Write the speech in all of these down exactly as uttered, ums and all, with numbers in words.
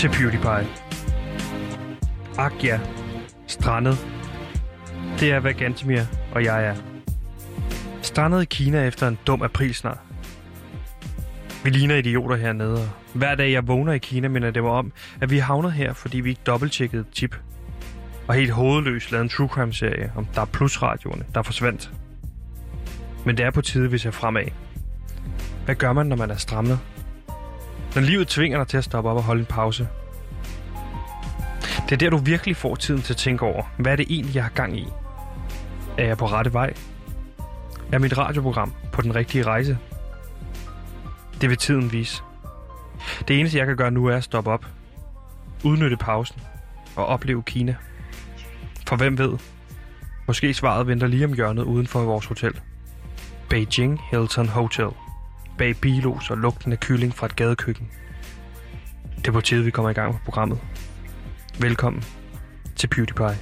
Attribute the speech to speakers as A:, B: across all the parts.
A: til PewDiePie. Ak ja, strandet. Det er, hvad Gantemir og jeg er. Strandet i Kina efter en dum aprilsnar. Vi ligner idioter hernede, og hver dag jeg vågner i Kina, minder det mig om, at vi er havnet her, fordi vi ikke dobbelttjekkede chip. Og helt hovedløst lavede en true crime-serie om der er plus-radioerne, der forsvandt. Men det er på tide, vi ser fremad. Hvad gør man, når man er strammet? Når livet tvinger dig til at stoppe op og holde en pause. Det er der, du virkelig får tiden til at tænke over, hvad er det egentlig, jeg har gang i? Er jeg på rette vej? Er mit radioprogram på den rigtige rejse? Det vil tiden vise. Det eneste, jeg kan gøre nu, er at stoppe op, udnytte pausen og opleve Kina. For hvem ved? Måske svaret venter lige om hjørnet uden for vores hotel. Beijing Hilton Hotel. Bag bilos og lugten af kylling fra et gadekøkken. Det er på tide, vi kommer i gang med programmet. Velkommen til PewDiePie.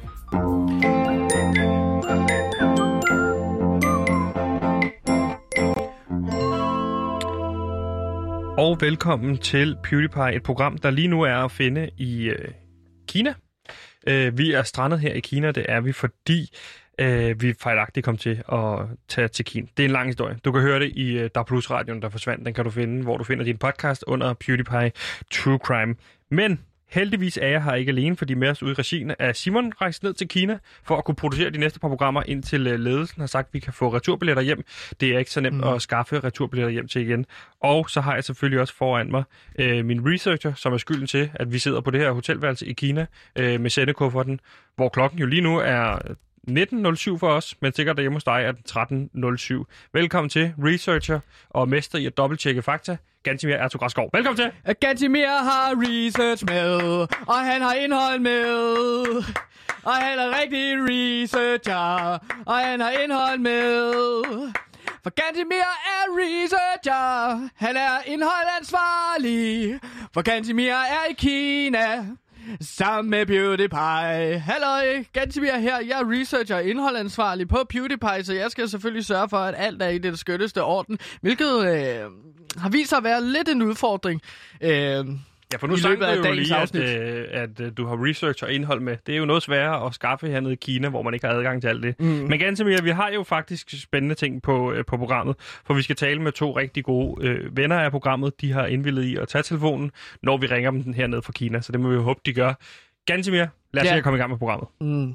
A: Og velkommen til PewDiePie, et program, der lige nu er at finde i øh, Kina. Øh, vi er strandet her i Kina, det er vi, fordi øh, vi fejlagtigt kom til at tage til Kina. Det er en lang historie. Du kan høre det i øh, D A B plus radioen, der forsvandt. Den kan du finde, hvor du finder din podcast under PewDiePie True Crime. Men heldigvis er jeg her ikke alene, fordi med os ude i regien er Simon rejst ned til Kina for at kunne producere de næste par programmer, indtil ledelsen har sagt, at vi kan få returbilletter hjem. Det er ikke så nemt mm. at skaffe returbilletter hjem til igen. Og så har jeg selvfølgelig også foran mig øh, min researcher, som er skylden til, at vi sidder på det her hotelværelse i Kina øh, med sendekufferten, hvor klokken jo lige nu er nitten nul syv for os, men sikkert derhjemme hos dig er den tretten nul syv. Velkommen til researcher og mester i at dobbelttjekke fakta, Gantemir Ertug Raskov. Velkommen til!
B: Gantemir har research med, og han har indhold med. Og han er rigtig researcher, og han har indhold med. For Gantemir er researcher, han er indholdansvarlig. For Gantemir er i Kina sammen med PewDiePie. Halløj, Gantemir her. Jeg er researcher og indholdansvarlig på PewDiePie, så jeg skal selvfølgelig sørge for, at alt er i det skønneste orden, hvilket øh, har vist sig at være lidt en udfordring. Øh,
A: Ja, for nu sang du jo lige, at, øh, at øh, du har research og indhold med. Det er jo noget sværere at skaffe hernede i Kina, hvor man ikke har adgang til alt det. Mm. Men Gantemir, vi har jo faktisk spændende ting på, øh, på programmet, for vi skal tale med to rigtig gode øh, venner af programmet. De har indvillet i at tage telefonen, når vi ringer dem hernede fra Kina, så det må vi jo håbe, de gør. Gantemir, lad os ja. se at komme i gang med programmet. Mm.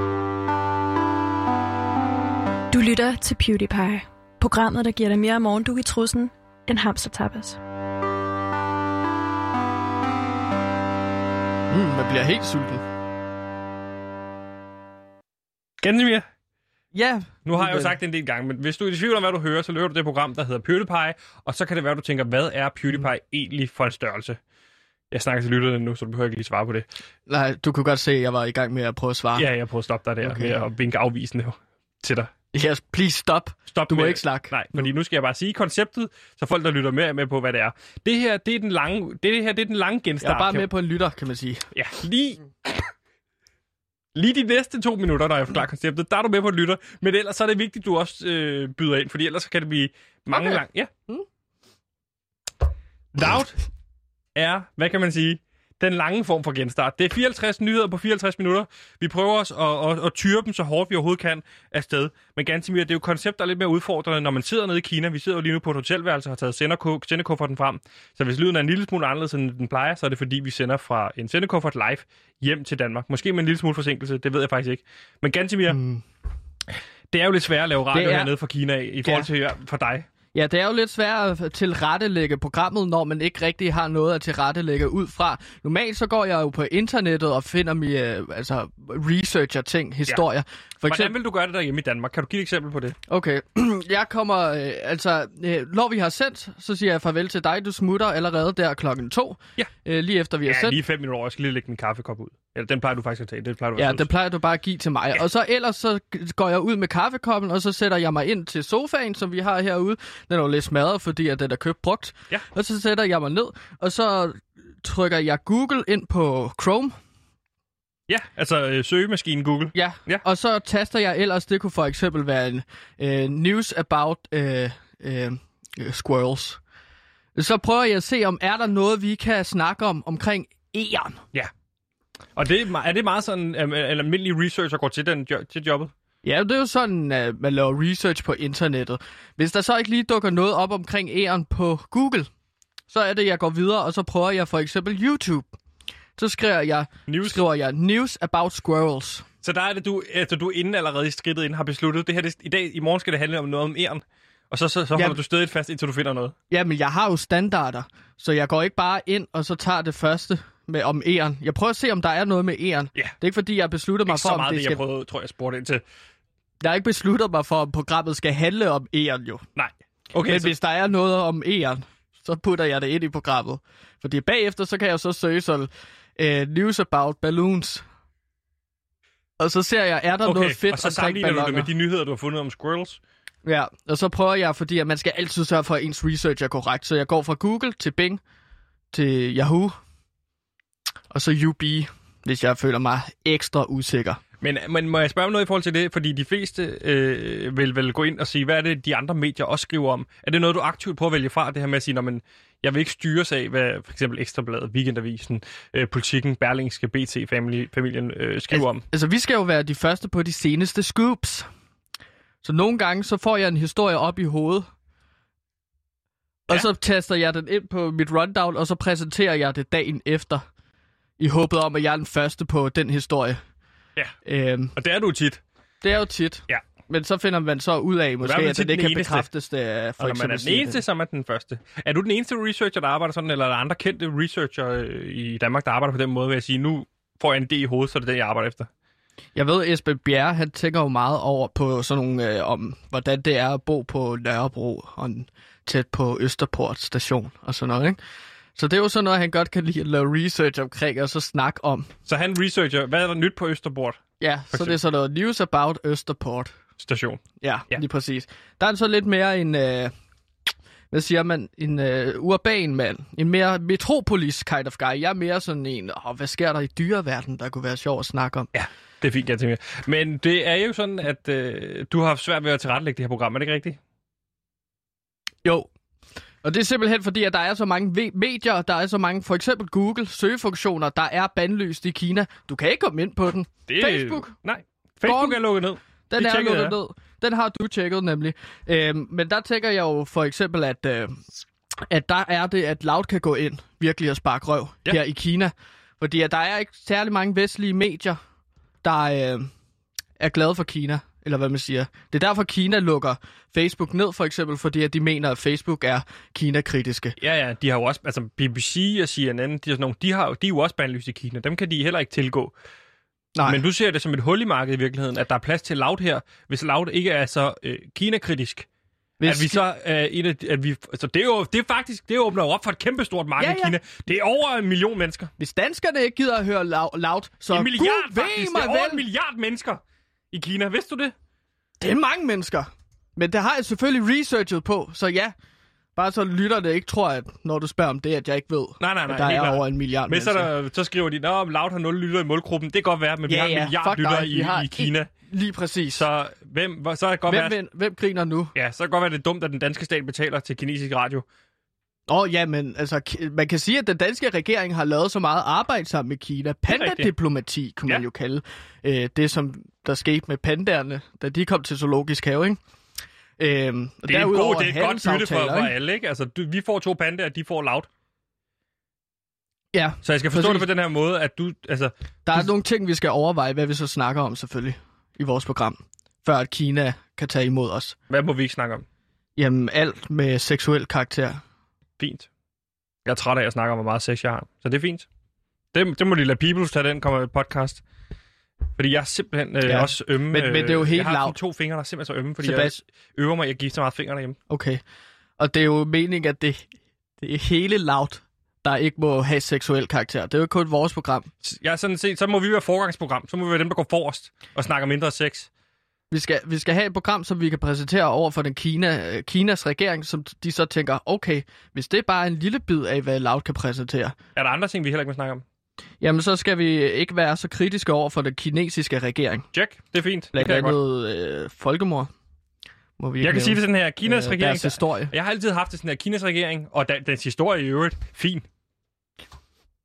C: Du lytter til PewDiePie, programmet, der giver dig mere morgendug i trussen end hamstertapas.
B: Mm, man bliver helt sulten.
A: Gantemir?
B: Ja.
A: Nu har jeg jo sagt det en del gange, men hvis du er i tvivl om, hvad du hører, så løber du det program, der hedder PewDiePie, og så kan det være, du tænker, hvad er PewDiePie mm. egentlig for en størrelse? Jeg snakker til lytterne nu, så du behøver ikke lige svare på det.
B: Nej, du kunne godt se, at jeg var i gang med at prøve at svare.
A: Ja, jeg prøver at stoppe dig der okay. med at vinke afvisende til dig.
B: Yes, please stop.
A: Stop
B: du må
A: med,
B: ikke snakke.
A: Nej, fordi nu skal jeg bare sige konceptet, så folk, der lytter med, er med på, hvad det er. Det her, det er den lange, det her, det er den lange genstart.
B: Jeg er bare med på en lytter, kan man sige.
A: Ja, lige... Lige de næste to minutter, når jeg forklarer konceptet, der er du med på en lytter. Men ellers så er det vigtigt, at du også øh, byder ind, fordi ellers kan det blive mange okay. lang... Ja. Mm. Loud er, hvad kan man sige, den lange form for genstart. Det er fireoghalvtreds nyheder på fireoghalvtreds minutter. Vi prøver os at, at, at tyre dem så hårdt vi overhovedet kan afsted. Men Gantemir, det er jo et koncept, der er lidt mere udfordrende, når man sidder nede i Kina. Vi sidder jo lige nu på et hotelværelse og har taget sendekufferten frem. Så hvis lyden er en lille smule anderledes, end den plejer, så er det fordi, vi sender fra en sendekuffert live hjem til Danmark. Måske med en lille smule forsinkelse, det ved jeg faktisk ikke. Men Gantemir, mm. det er jo lidt svært at lave radio er... hernede fra Kina af, i forhold til for dig.
B: Ja, det er jo lidt svært at tilrettelægge programmet, når man ikke rigtig har noget at tilrettelægge ud fra. Normalt så går jeg jo på internettet og finder mig, altså researcher ting, historier. Ja.
A: For eksempel... Hvordan vil du gøre det derhjemme i Danmark? Kan du give et eksempel på det?
B: Okay, jeg kommer, øh, altså, øh, når vi har sendt, så siger jeg farvel til dig. Du smutter allerede der klokken to,
A: ja.
B: øh, lige efter vi har
A: ja,
B: sendt.
A: Ja, lige fem minutter over. Jeg skal lige lægge min kaffekop ud. Eller den plejer du faktisk at tage. Den plejer du
B: ja, den plejer du bare at give til mig. Ja. Og så ellers så går jeg ud med kaffekoppen, og så sætter jeg mig ind til sofaen, som vi har herude. Den er jo lidt smadret, fordi at den er købt brugt.
A: Ja.
B: Og så sætter jeg mig ned, og så trykker jeg Google ind på Chrome.
A: Ja, altså øh, søgemaskinen Google.
B: Ja. ja, og så taster jeg ellers, det kunne for eksempel være en øh, news about øh, øh, squirrels. Så prøver jeg at se, om er der noget, vi kan snakke om omkring E'eren.
A: Ja. Og det, er det meget sådan, at en almindelig researcher går til, den, til jobbet?
B: Ja, det er jo sådan, at man laver research på internettet. Hvis der så ikke lige dukker noget op omkring E'eren på Google, så er det, jeg går videre, og så prøver jeg for eksempel YouTube. Så skriver jeg news, skriver jeg, news about squirrels.
A: Så der er det, du, altså, du inden allerede i skridtet inden har besluttet, det her det, i dag, i morgen skal det handle om noget om E'eren, og så, så, så holder ja, du stødigt fast, indtil du finder noget.
B: Jamen, jeg har jo standarder, så jeg går ikke bare ind, og så tager det første med om E'eren. Jeg prøver at se, om der er noget med E'eren. Ja. Det er ikke, fordi jeg beslutter mig for, om det, det skal...
A: Jeg prøvede, tror jeg, spurgte ind til.
B: Jeg har ikke besluttet mig for, om programmet skal handle om E'eren jo.
A: Nej. Okay,
B: Men
A: så...
B: hvis der er noget om E'eren, så putter jeg det ind i programmet. Fordi bagefter, så kan jeg så søge sådan, uh, news about balloons. Og så ser jeg, er der
A: okay,
B: noget fedt
A: og så sammenligner du det med de nyheder, du har fundet om squirrels?
B: Ja, og så prøver jeg, fordi at man skal altid sørge for, at ens research er korrekt. Så jeg går fra Google til Bing, til Yahoo, og så U B, hvis jeg føler mig ekstra usikker.
A: Men, men må jeg spørge om noget i forhold til det? Fordi de fleste øh, vil vel gå ind og sige, hvad er det, de andre medier også skriver om? Er det noget, du aktivt på at vælge fra, det her med at sige, når man, jeg vil ikke styres af, hvad for eksempel Ekstrabladet, Weekendavisen, øh, Politikken, Berlingske, B T, Family, familien øh, skriver
B: altså,
A: om?
B: Altså, vi skal jo være de første på de seneste scoops. Så nogle gange, så får jeg en historie op i hovedet, og ja. så taster jeg den ind på mit rundown, og så præsenterer jeg det dagen efter, i håbet om, at jeg er den første på den historie.
A: Ja,
B: øhm,
A: og det er du tit.
B: Det er jo tit.
A: Ja.
B: Men så finder man så ud af, måske, at det ikke kan bekræftes af for
A: og
B: eksempel.
A: man er den eneste, som er den første. Er du den eneste researcher, der arbejder sådan, eller er der andre kendte researcher i Danmark, der arbejder på den måde, vil jeg sige, nu får jeg en idé i hovedet, så er det det, jeg arbejder efter?
B: Jeg ved, at Esben Bjerre, han tænker jo meget over på sådan nogle, øh, om hvordan det er at bo på Nørrebro og tæt på Østerport station og sådan noget, ikke? Så det er jo sådan noget, han godt kan lide at lave research omkring og så snakke om.
A: Så han researcher, hvad er der nyt på Østerport?
B: Ja, så det er sådan noget news about Østerport.
A: Station.
B: Ja, ja, lige præcis. Der er så lidt mere en, øh, hvad siger man, en øh, urban mand. En mere metropolis kind of guy. Jeg er mere sådan en, åh, hvad sker der i dyreverdenen, der kunne være sjov at snakke om.
A: Ja, det er fint, jeg tænker. Men det er jo sådan, at øh, du har haft svært ved at tilrettelægge det her program, er det ikke rigtigt?
B: Jo. Og det er simpelthen fordi, at der er så mange medier, der er så mange, for eksempel Google, søgefunktioner, der er bandlyst i Kina. Du kan ikke komme ind på den.
A: Det...
B: Facebook?
A: Nej, Facebook er lukket ned.
B: Den er lukket ned. Den har du tjekket nemlig. Øhm, men der tænker jeg jo for eksempel, at, øh, at der er det, at Loud kan gå ind virkelig og sparke røv ja. her i Kina. Fordi at der er ikke særlig mange vestlige medier, der øh, er glade for Kina. Eller hvad man siger. Det er derfor, Kina lukker Facebook ned, for eksempel, fordi at de mener, at Facebook er Kina-kritiske.
A: Ja, ja, de har jo også, altså B B C og C N N, de, er sådan nogle, de, har, de er jo også bandlyst i Kina. Dem kan de heller ikke tilgå. Nej. Men du ser det som et hul i markedet i virkeligheden, at der er plads til Loud her, hvis Loud ikke er så øh, Kina-kritisk. Hvis at vi så er et af, at vi, altså det er jo det er faktisk det åbner op for et kæmpestort marked ja, ja. i Kina. Det er over en million mennesker.
B: Hvis danskerne ikke gider at høre Loud, så
A: en milliard
B: Gud,
A: faktisk. Det er over en milliard mennesker i Kina. Vidste du det?
B: Det er mange mennesker. Men det har jeg selvfølgelig researchet på, så ja. Bare så lytterne ikke tror, at når du spørger om det, at jeg ikke ved,
A: nej, nej, nej,
B: at der er over en milliard
A: men så, der, så skriver de, at Loud har nul lyttere i målgruppen. Det kan godt være, men vi
B: ja,
A: har en
B: ja,
A: milliard lyttere i, i Kina.
B: Lige præcis.
A: Så hvem, så er det godt
B: hvem,
A: være,
B: hvem, hvem griner nu?
A: Ja, så kan det godt være, det er dumt, at den danske stat betaler til kinesisk radio.
B: Åh oh, ja, men altså, man kan sige, at den danske regering har lavet så meget arbejde sammen med Kina. Panda-diplomati, kunne man ja. jo kalde øh, det, som der skete med pandaerne, da de kom til zoologisk have, ikke? Øhm,
A: det er, god, det er et godt bytte for, for alle, ikke? Altså, du, vi får to pandaer, de får Loud.
B: Ja.
A: Så jeg skal forstå præcis. det på den her måde, at du... Altså,
B: der er
A: du...
B: nogle ting, vi skal overveje, hvad vi så snakker om, selvfølgelig, i vores program, før at Kina kan tage imod os.
A: Hvad må vi ikke snakke om?
B: Jamen, alt med seksuel karakter.
A: Fint. Jeg er træt af at snakke om, hvor meget sex jeg har. Så det er fint. Det, det må de lade Peoples tage, den kommer i podcast. Fordi jeg er simpelthen øh, ja. også ømme.
B: Men, men det er jo helt
A: jeg har
B: Loud.
A: to fingre, der er simpelthen så ømme, fordi
B: Sebast...
A: jeg øver mig i at give så meget fingre derhjemme.
B: Okay. Og det er jo meningen, at det, det er hele Loud, der ikke må have seksuel karakter. Det er jo kun vores program.
A: Ja, sådan set. Så må vi være forgangsprogram. Så må vi være dem, der går forrest og snakker mindre sex.
B: Vi skal, vi skal have et program, som vi kan præsentere over for den Kina, Kinas regering, som de så tænker, okay, hvis det er bare en lille bid af, hvad Loud kan præsentere. Er
A: der andre ting, vi heller ikke må snakke om?
B: Jamen, så skal vi ikke være så kritiske over for den kinesiske regering.
A: Check, det er fint.
B: Blandt andet øh, folkemord. Må vi
A: jeg kan sige det sådan her, Kinas øh, regering...
B: historie.
A: Jeg har altid haft det sådan her, Kinas regering, og da, dens historie i øvrigt, fin.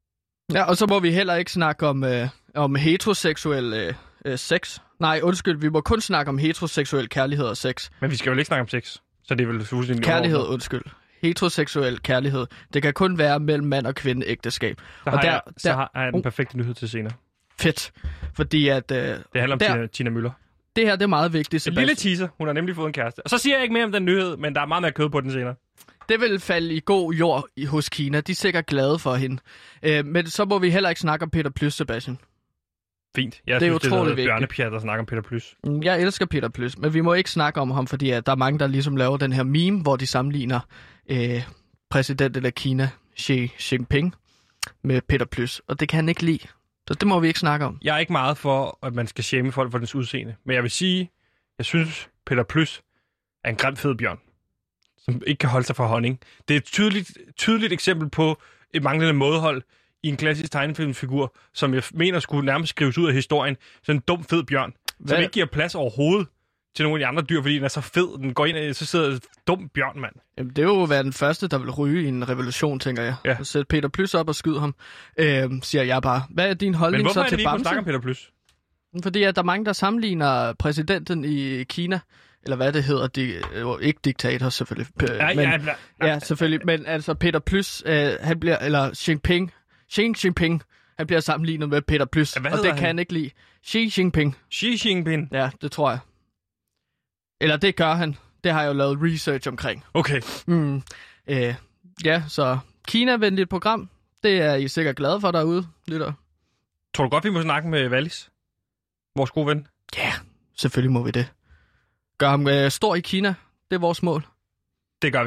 B: Ja, og så må vi heller ikke snakke om, øh, om heteroseksuel øh, øh, sex. Nej, undskyld, vi må kun snakke om heteroseksuel kærlighed og sex.
A: Men vi skal jo ikke snakke om sex, så det er vel fuldstændig
B: Kærlighed, undskyld. Heteroseksuel kærlighed. Det kan kun være mellem mand og kvinde ægteskab.
A: Så,
B: og
A: har,
B: der,
A: jeg, så
B: der,
A: har jeg den perfekte nyhed til senere.
B: Fedt. Fordi at... Øh,
A: det handler om
B: der,
A: Tina, Tina Møller.
B: Det her, det er meget vigtigt,
A: Sebastian. En lille teaser. Hun har nemlig fået en kæreste. Og så siger jeg ikke mere om den nyhed, men der er meget mere kød på den senere.
B: Det vil falde i god jord hos Kina. De er sikkert glade for hende. Øh, men så må vi heller ikke snakke om Peter Plys, Sebastian.
A: Fint. Jeg
B: det er
A: synes, det er
B: utroligt vigtigt.
A: Bjørnepjat at snakke om Peter Plys.
B: Jeg elsker Peter Plys, men vi må ikke snakke om ham, fordi at der er mange, der ligesom laver den her meme, hvor de sammenligner øh, præsidenten af Kina, Xi Jinping, med Peter Plys. Og det kan han ikke lide. Så det må vi ikke snakke om.
A: Jeg er ikke meget for, at man skal shame folk for dens udseende. Men jeg vil sige, jeg synes, Peter Plys er en grim fed bjørn, som ikke kan holde sig for honning. Det er et tydeligt, tydeligt eksempel på et manglende mådehold i en klassisk tegnefilmsfigur, som jeg mener skulle nærmest skrives ud af historien. Sådan en dum, fed bjørn, Hvad? som ikke giver plads overhovedet til nogle af de andre dyr, fordi den er så fed. Den går ind og så sidder en dum bjørn, mand.
B: Jamen, det er jo være den første, der vil ryge i en revolution, tænker jeg. Ja. Så sæt Peter Plys op og skyd ham, øh, siger jeg bare. Hvad er din holdning så til Bamse?
A: Men hvorfor er det, vi ikke må snakke om Peter Plys?
B: Fordi at der er mange, der sammenligner præsidenten i Kina, eller hvad det hedder, de, ikke diktator selvfølgelig,
A: ja,
B: men,
A: ja, ja,
B: ja, selvfølgelig, men altså Peter Plys, øh, han bliver, eller Jinping, Xi Jinping, han bliver sammenlignet med Peter Plys, ja, og det han? kan han ikke lide. Xi Jinping.
A: Xi Jinping?
B: Ja, det tror jeg. Eller det gør han. Det har jeg jo lavet research omkring.
A: Okay.
B: Mm, øh, ja, så Kina-venligt program, det er I sikkert glade for derude, lytter.
A: Tror du godt, vi må snakke med Wallis? Vores gode ven?
B: Ja, yeah, selvfølgelig må vi det. Gør ham øh, stor i Kina. Det er vores mål.
A: Det gør vi.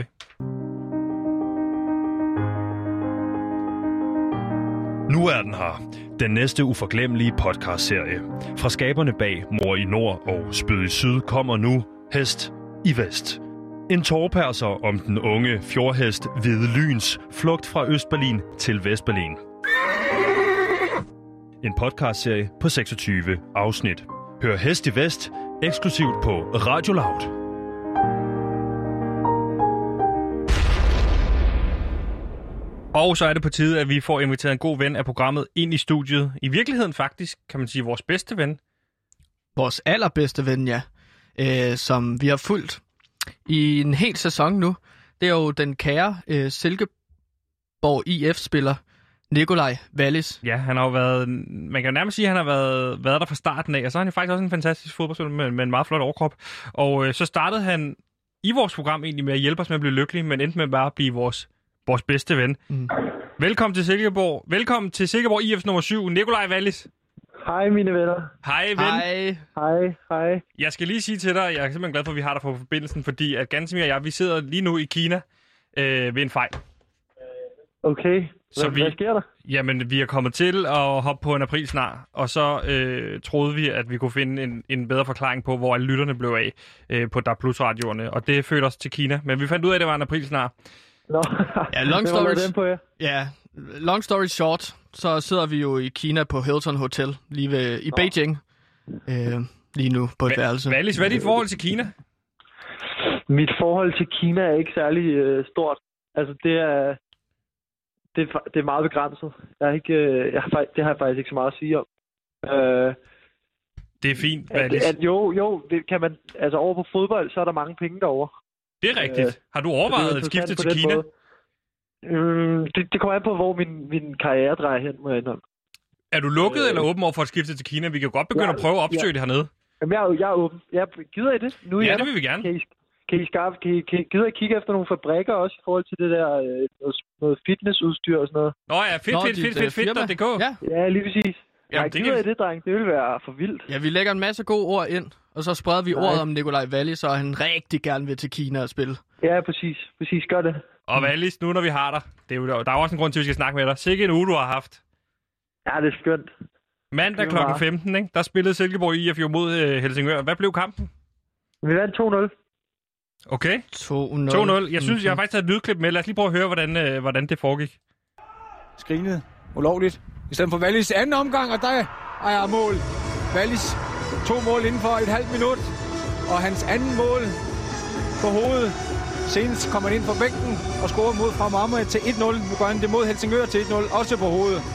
D: Nu er den her. Den næste uforglemmelige podcastserie. Fra skaberne bag Mor i Nord og Spød i Syd kommer nu Hest i Vest. En tårperser om den unge fjordhest Hvide Lyns flugt fra Østberlin til Vestberlin. En podcastserie på seksogtyve afsnit. Hør Hest i Vest eksklusivt på Radio Loud.
A: Og så er det på tide, at vi får inviteret en god ven af programmet ind i studiet. I virkeligheden faktisk, kan man sige, vores bedste ven.
B: Vores allerbedste ven, ja. Øh, som vi har fulgt i en hel sæson nu. Det er jo den kære øh, Silkeborg I F-spiller, Nikolaj Wallis.
A: Ja, han har jo været, man kan jo nærmest sige, at han har været, været der fra starten af, og så er han jo faktisk også en fantastisk fodboldspiller med, med en meget flot overkrop. Og øh, så startede han i vores program egentlig med at hjælpe os med at blive lykkelige, men endte med bare at blive vores, vores bedste ven. Mm. Velkommen til Silkeborg. Velkommen til Silkeborg I F's nummer syv, Nikolaj Wallis.
E: Hej mine venner.
A: Hej ven.
B: Hej.
E: Hej, hej.
A: Jeg skal lige sige til dig, jeg er simpelthen glad for, at vi har dig på forbindelsen, fordi at Gansimir og jeg, vi sidder lige nu i Kina øh, ved en fejl.
E: Okay. Hvad,
A: så vi,
E: hvad sker der?
A: Jamen, vi er kommet til at hoppe på en april snart, og så øh, troede vi, at vi kunne finde en, en bedre forklaring på, hvor alle lytterne blev af øh, på D A B Plus radioerne, og det førte os til Kina. Men vi fandt ud af, at det var en april snart.
E: Nå,
B: ja, long story,
E: på jer.
B: Ja, long story short, så sidder vi jo i Kina på Hilton Hotel, lige ved, i Nå. Beijing, øh, lige nu på et Hva- værelse.
A: Wallis, hvad er dit forhold til Kina?
E: Mit forhold til Kina er ikke særlig øh, stort. Altså, det er... Det er, det er meget begrænset. Jeg har ikke, jeg har, det har jeg faktisk ikke så meget at sige om. Øh,
A: det er fint,
E: at, at, jo, jo, det kan man... Altså, over på fodbold, så er der mange penge derovre.
A: Det er rigtigt. Øh, har du overvejet at skifte til Kina?
E: Øh, det, det kommer an på, hvor min, min karriere drejer hen, må jeg indrømme.
A: Er du lukket øh, eller åben over for at skifte til Kina? Vi kan jo godt begynde jeg, at prøve at opsøge ja. det hernede.
E: Jamen, jeg, jeg er åben. Jeg gider I det? Nu
A: ja,
E: det
A: der. vil vi gerne.
E: Kan I, Kan I, skaffe, kan I, kan I, gider I kigge efter nogle fabrikker også i forhold til det der øh, noget, noget fitnessudstyr og sådan noget?
A: Nå ja, fedt, fedt, fedt, fedt, fedt, fedt, fedt,
B: ja.
E: ja, lige præcis.
A: Jamen,
E: jeg gider kan... I det, dreng. Det vil være for vildt.
B: Ja, vi lægger en masse gode ord ind, og så spreder vi Nej. ordet om Nikolaj Wallis, så han rigtig gerne vil til Kina og spille.
E: Ja, præcis. Præcis, gør det.
A: Og Wallis, nu når vi har dig, det er jo, der er også en grund til, at vi skal snakke med dig. Sikke en uge, du har haft.
E: Ja, det er skønt.
A: Mandag klokken femten, ikke? Der spillede Silkeborg I F jo mod øh, Helsingør. Hvad blev kampen?
E: Vi vandt to nul.
A: Okay.
B: to nul.
A: to nul. Jeg synes, okay. jeg har faktisk taget et lydklip med. Lad os lige prøve at høre, hvordan, øh, hvordan det foregik.
F: Skrinet. Ulovligt. I stedet for Wallis anden omgang, og der er jeg mål. Wallis to mål inden for et halvt minut. Og hans anden mål på hovedet. Senest kommer han ind på bænken og scorer mod fra Marmara til et nul. Nu gør han det mod Helsingør til et nul, også på hovedet.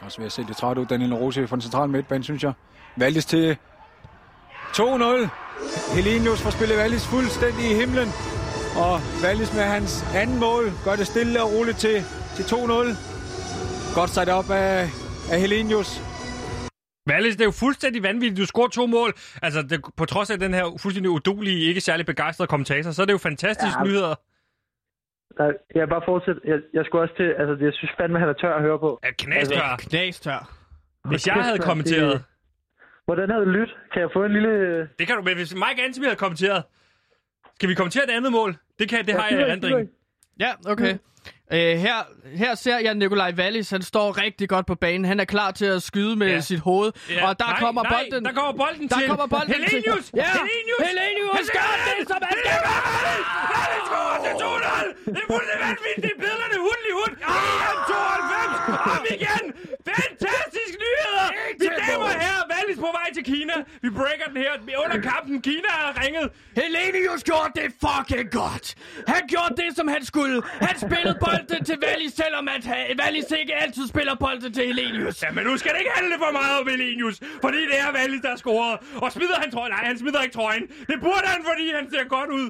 F: Også ved at se det træt ud, Daniel Rose fra den centrale midtbane, synes jeg. Valdis til to nul. Helenius får spillet Valdis fuldstændig i himlen. Og Valdis med hans anden mål gør det stille og roligt til, til to nul. Godt sat op af, af Helenius.
A: Valdis, det er jo fuldstændig vanvittigt. Du scorer to mål. Altså, det, på trods af den her fuldstændig udulige, ikke særlig begejstrede kommentator, så er det jo fantastiske ja. nyheder.
E: Nej, jeg bare fortsætte. Jeg, jeg skulle også til, altså jeg synes fandme, han er tør at høre på.
A: Ja, knastør.
B: Altså, knastør.
A: Hvis jeg havde kommenteret...
E: Det, hvordan havde du lyttet? Kan jeg få en lille...
A: Det kan du, men hvis Mike Ansby havde kommenteret... Skal vi kommentere det andet mål? Det kan det har jeg i erindringen.
B: Ja, okay. Øh, her, her ser jeg Nikolaj Wallis. Han står rigtig godt på banen. Han er klar til at skyde med ja. sit hoved.
A: Ja.
B: Og der
A: nej,
B: kommer
A: nej,
B: bolden.
A: Der kommer bolden
B: der
A: til.
B: Kommer bolden
A: Helenius!
B: Til. Ja.
A: Helenius!
B: Helenius! Han gør det, som han skal gøre!
A: Han scorer til to nul! Det er fuldstændig vanvittigt. Det er billederne hudlig hud. E M tooghalvfems! Om igen! Fantastisk nyheder! Mine damer og herrer, Wallis på vej til Kina. Vi breaker den her under kampen. Kina har ringet.
B: Helenius gjorde det fucking godt. Han gjorde det, som han skulle. Han spillede bolden til Wallis, selvom at Wallis ikke altid spiller bolden til Helenius.
A: Ja, men nu skal det ikke handle for meget om Helenius, fordi det er Wallis, der scorer. Og smider han trøjen? Nej, han smider ikke trøjen. Det burde han, fordi han ser godt ud.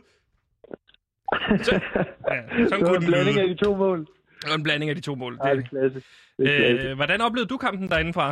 A: Så, ja, sådan
E: det var en blanding af de to mål.
A: Det var en blanding af de to mål.
E: Ja, det er klassisk. Det er klassisk.
A: Øh, hvordan oplevede du kampen derindefra?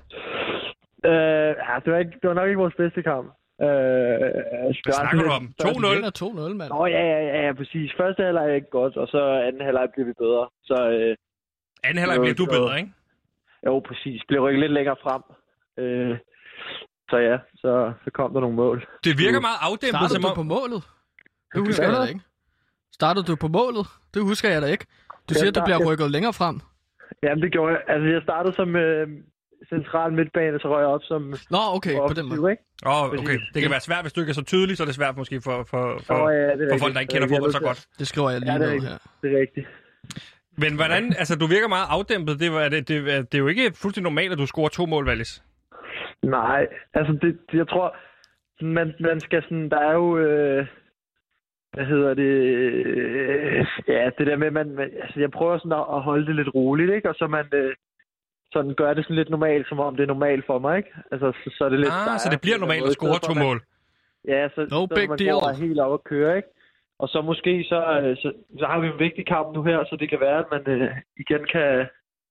E: Øh, ja, det var, ikke, det var nok ikke vores bedste kamp. Øh,
A: Hvad snakker du om? to nul?
B: to nul, mand.
E: Åh, ja, ja, ja, ja, præcis. Første halvleg er ikke godt, og så anden halvleg bliver vi bedre. Så, øh,
A: anden halvleg bliver du bedre, ikke?
E: Jo, præcis. Bliver rykket lidt længere frem. Øh, så ja, så, så kom der nogle mål.
A: Det virker meget afdæmpet.
B: Startede
A: som
B: du
A: om...
B: på målet? Det husker jeg da ikke. Startede du på målet? Det husker jeg da ikke. Du siger, at du bliver rykket længere frem.
E: Jamen, det gjorde jeg. Altså, jeg startede som øh, central midtbane, og så røg jeg op som...
B: Nå, okay, på den måde.
A: Åh, oh, okay. Det kan være svært, hvis du ikke er så tydelig, så er det svært måske for, for, for,
E: oh, ja,
A: for folk, der ikke kender fodbold så godt.
B: Det skriver jeg lige
E: ja,
B: ned her.
E: Det er rigtigt.
A: Men hvordan... Altså, du virker meget afdæmpet. Det, er, det, det, det er jo ikke fuldstændig normalt, at du scorer to mål, Wallis.
E: Nej, altså, det, jeg tror... Man, man skal sådan... Der er jo... Øh, hvad hedder det? Øh, ja, det der med, man... man altså, jeg prøver sådan at, at holde det lidt roligt, ikke? Og så man... Øh, sådan gør det sådan lidt normalt, som om det er normalt for mig, ikke? Altså, så, så er det lidt...
A: Ah, så det bliver normalt at score to mål?
E: Ja, så,
B: no
E: så
B: big
E: man
B: deal.
E: går helt op at køre, ikke? Og så måske, så, så, så har vi en vigtig kamp nu her, så det kan være, at man øh, igen kan...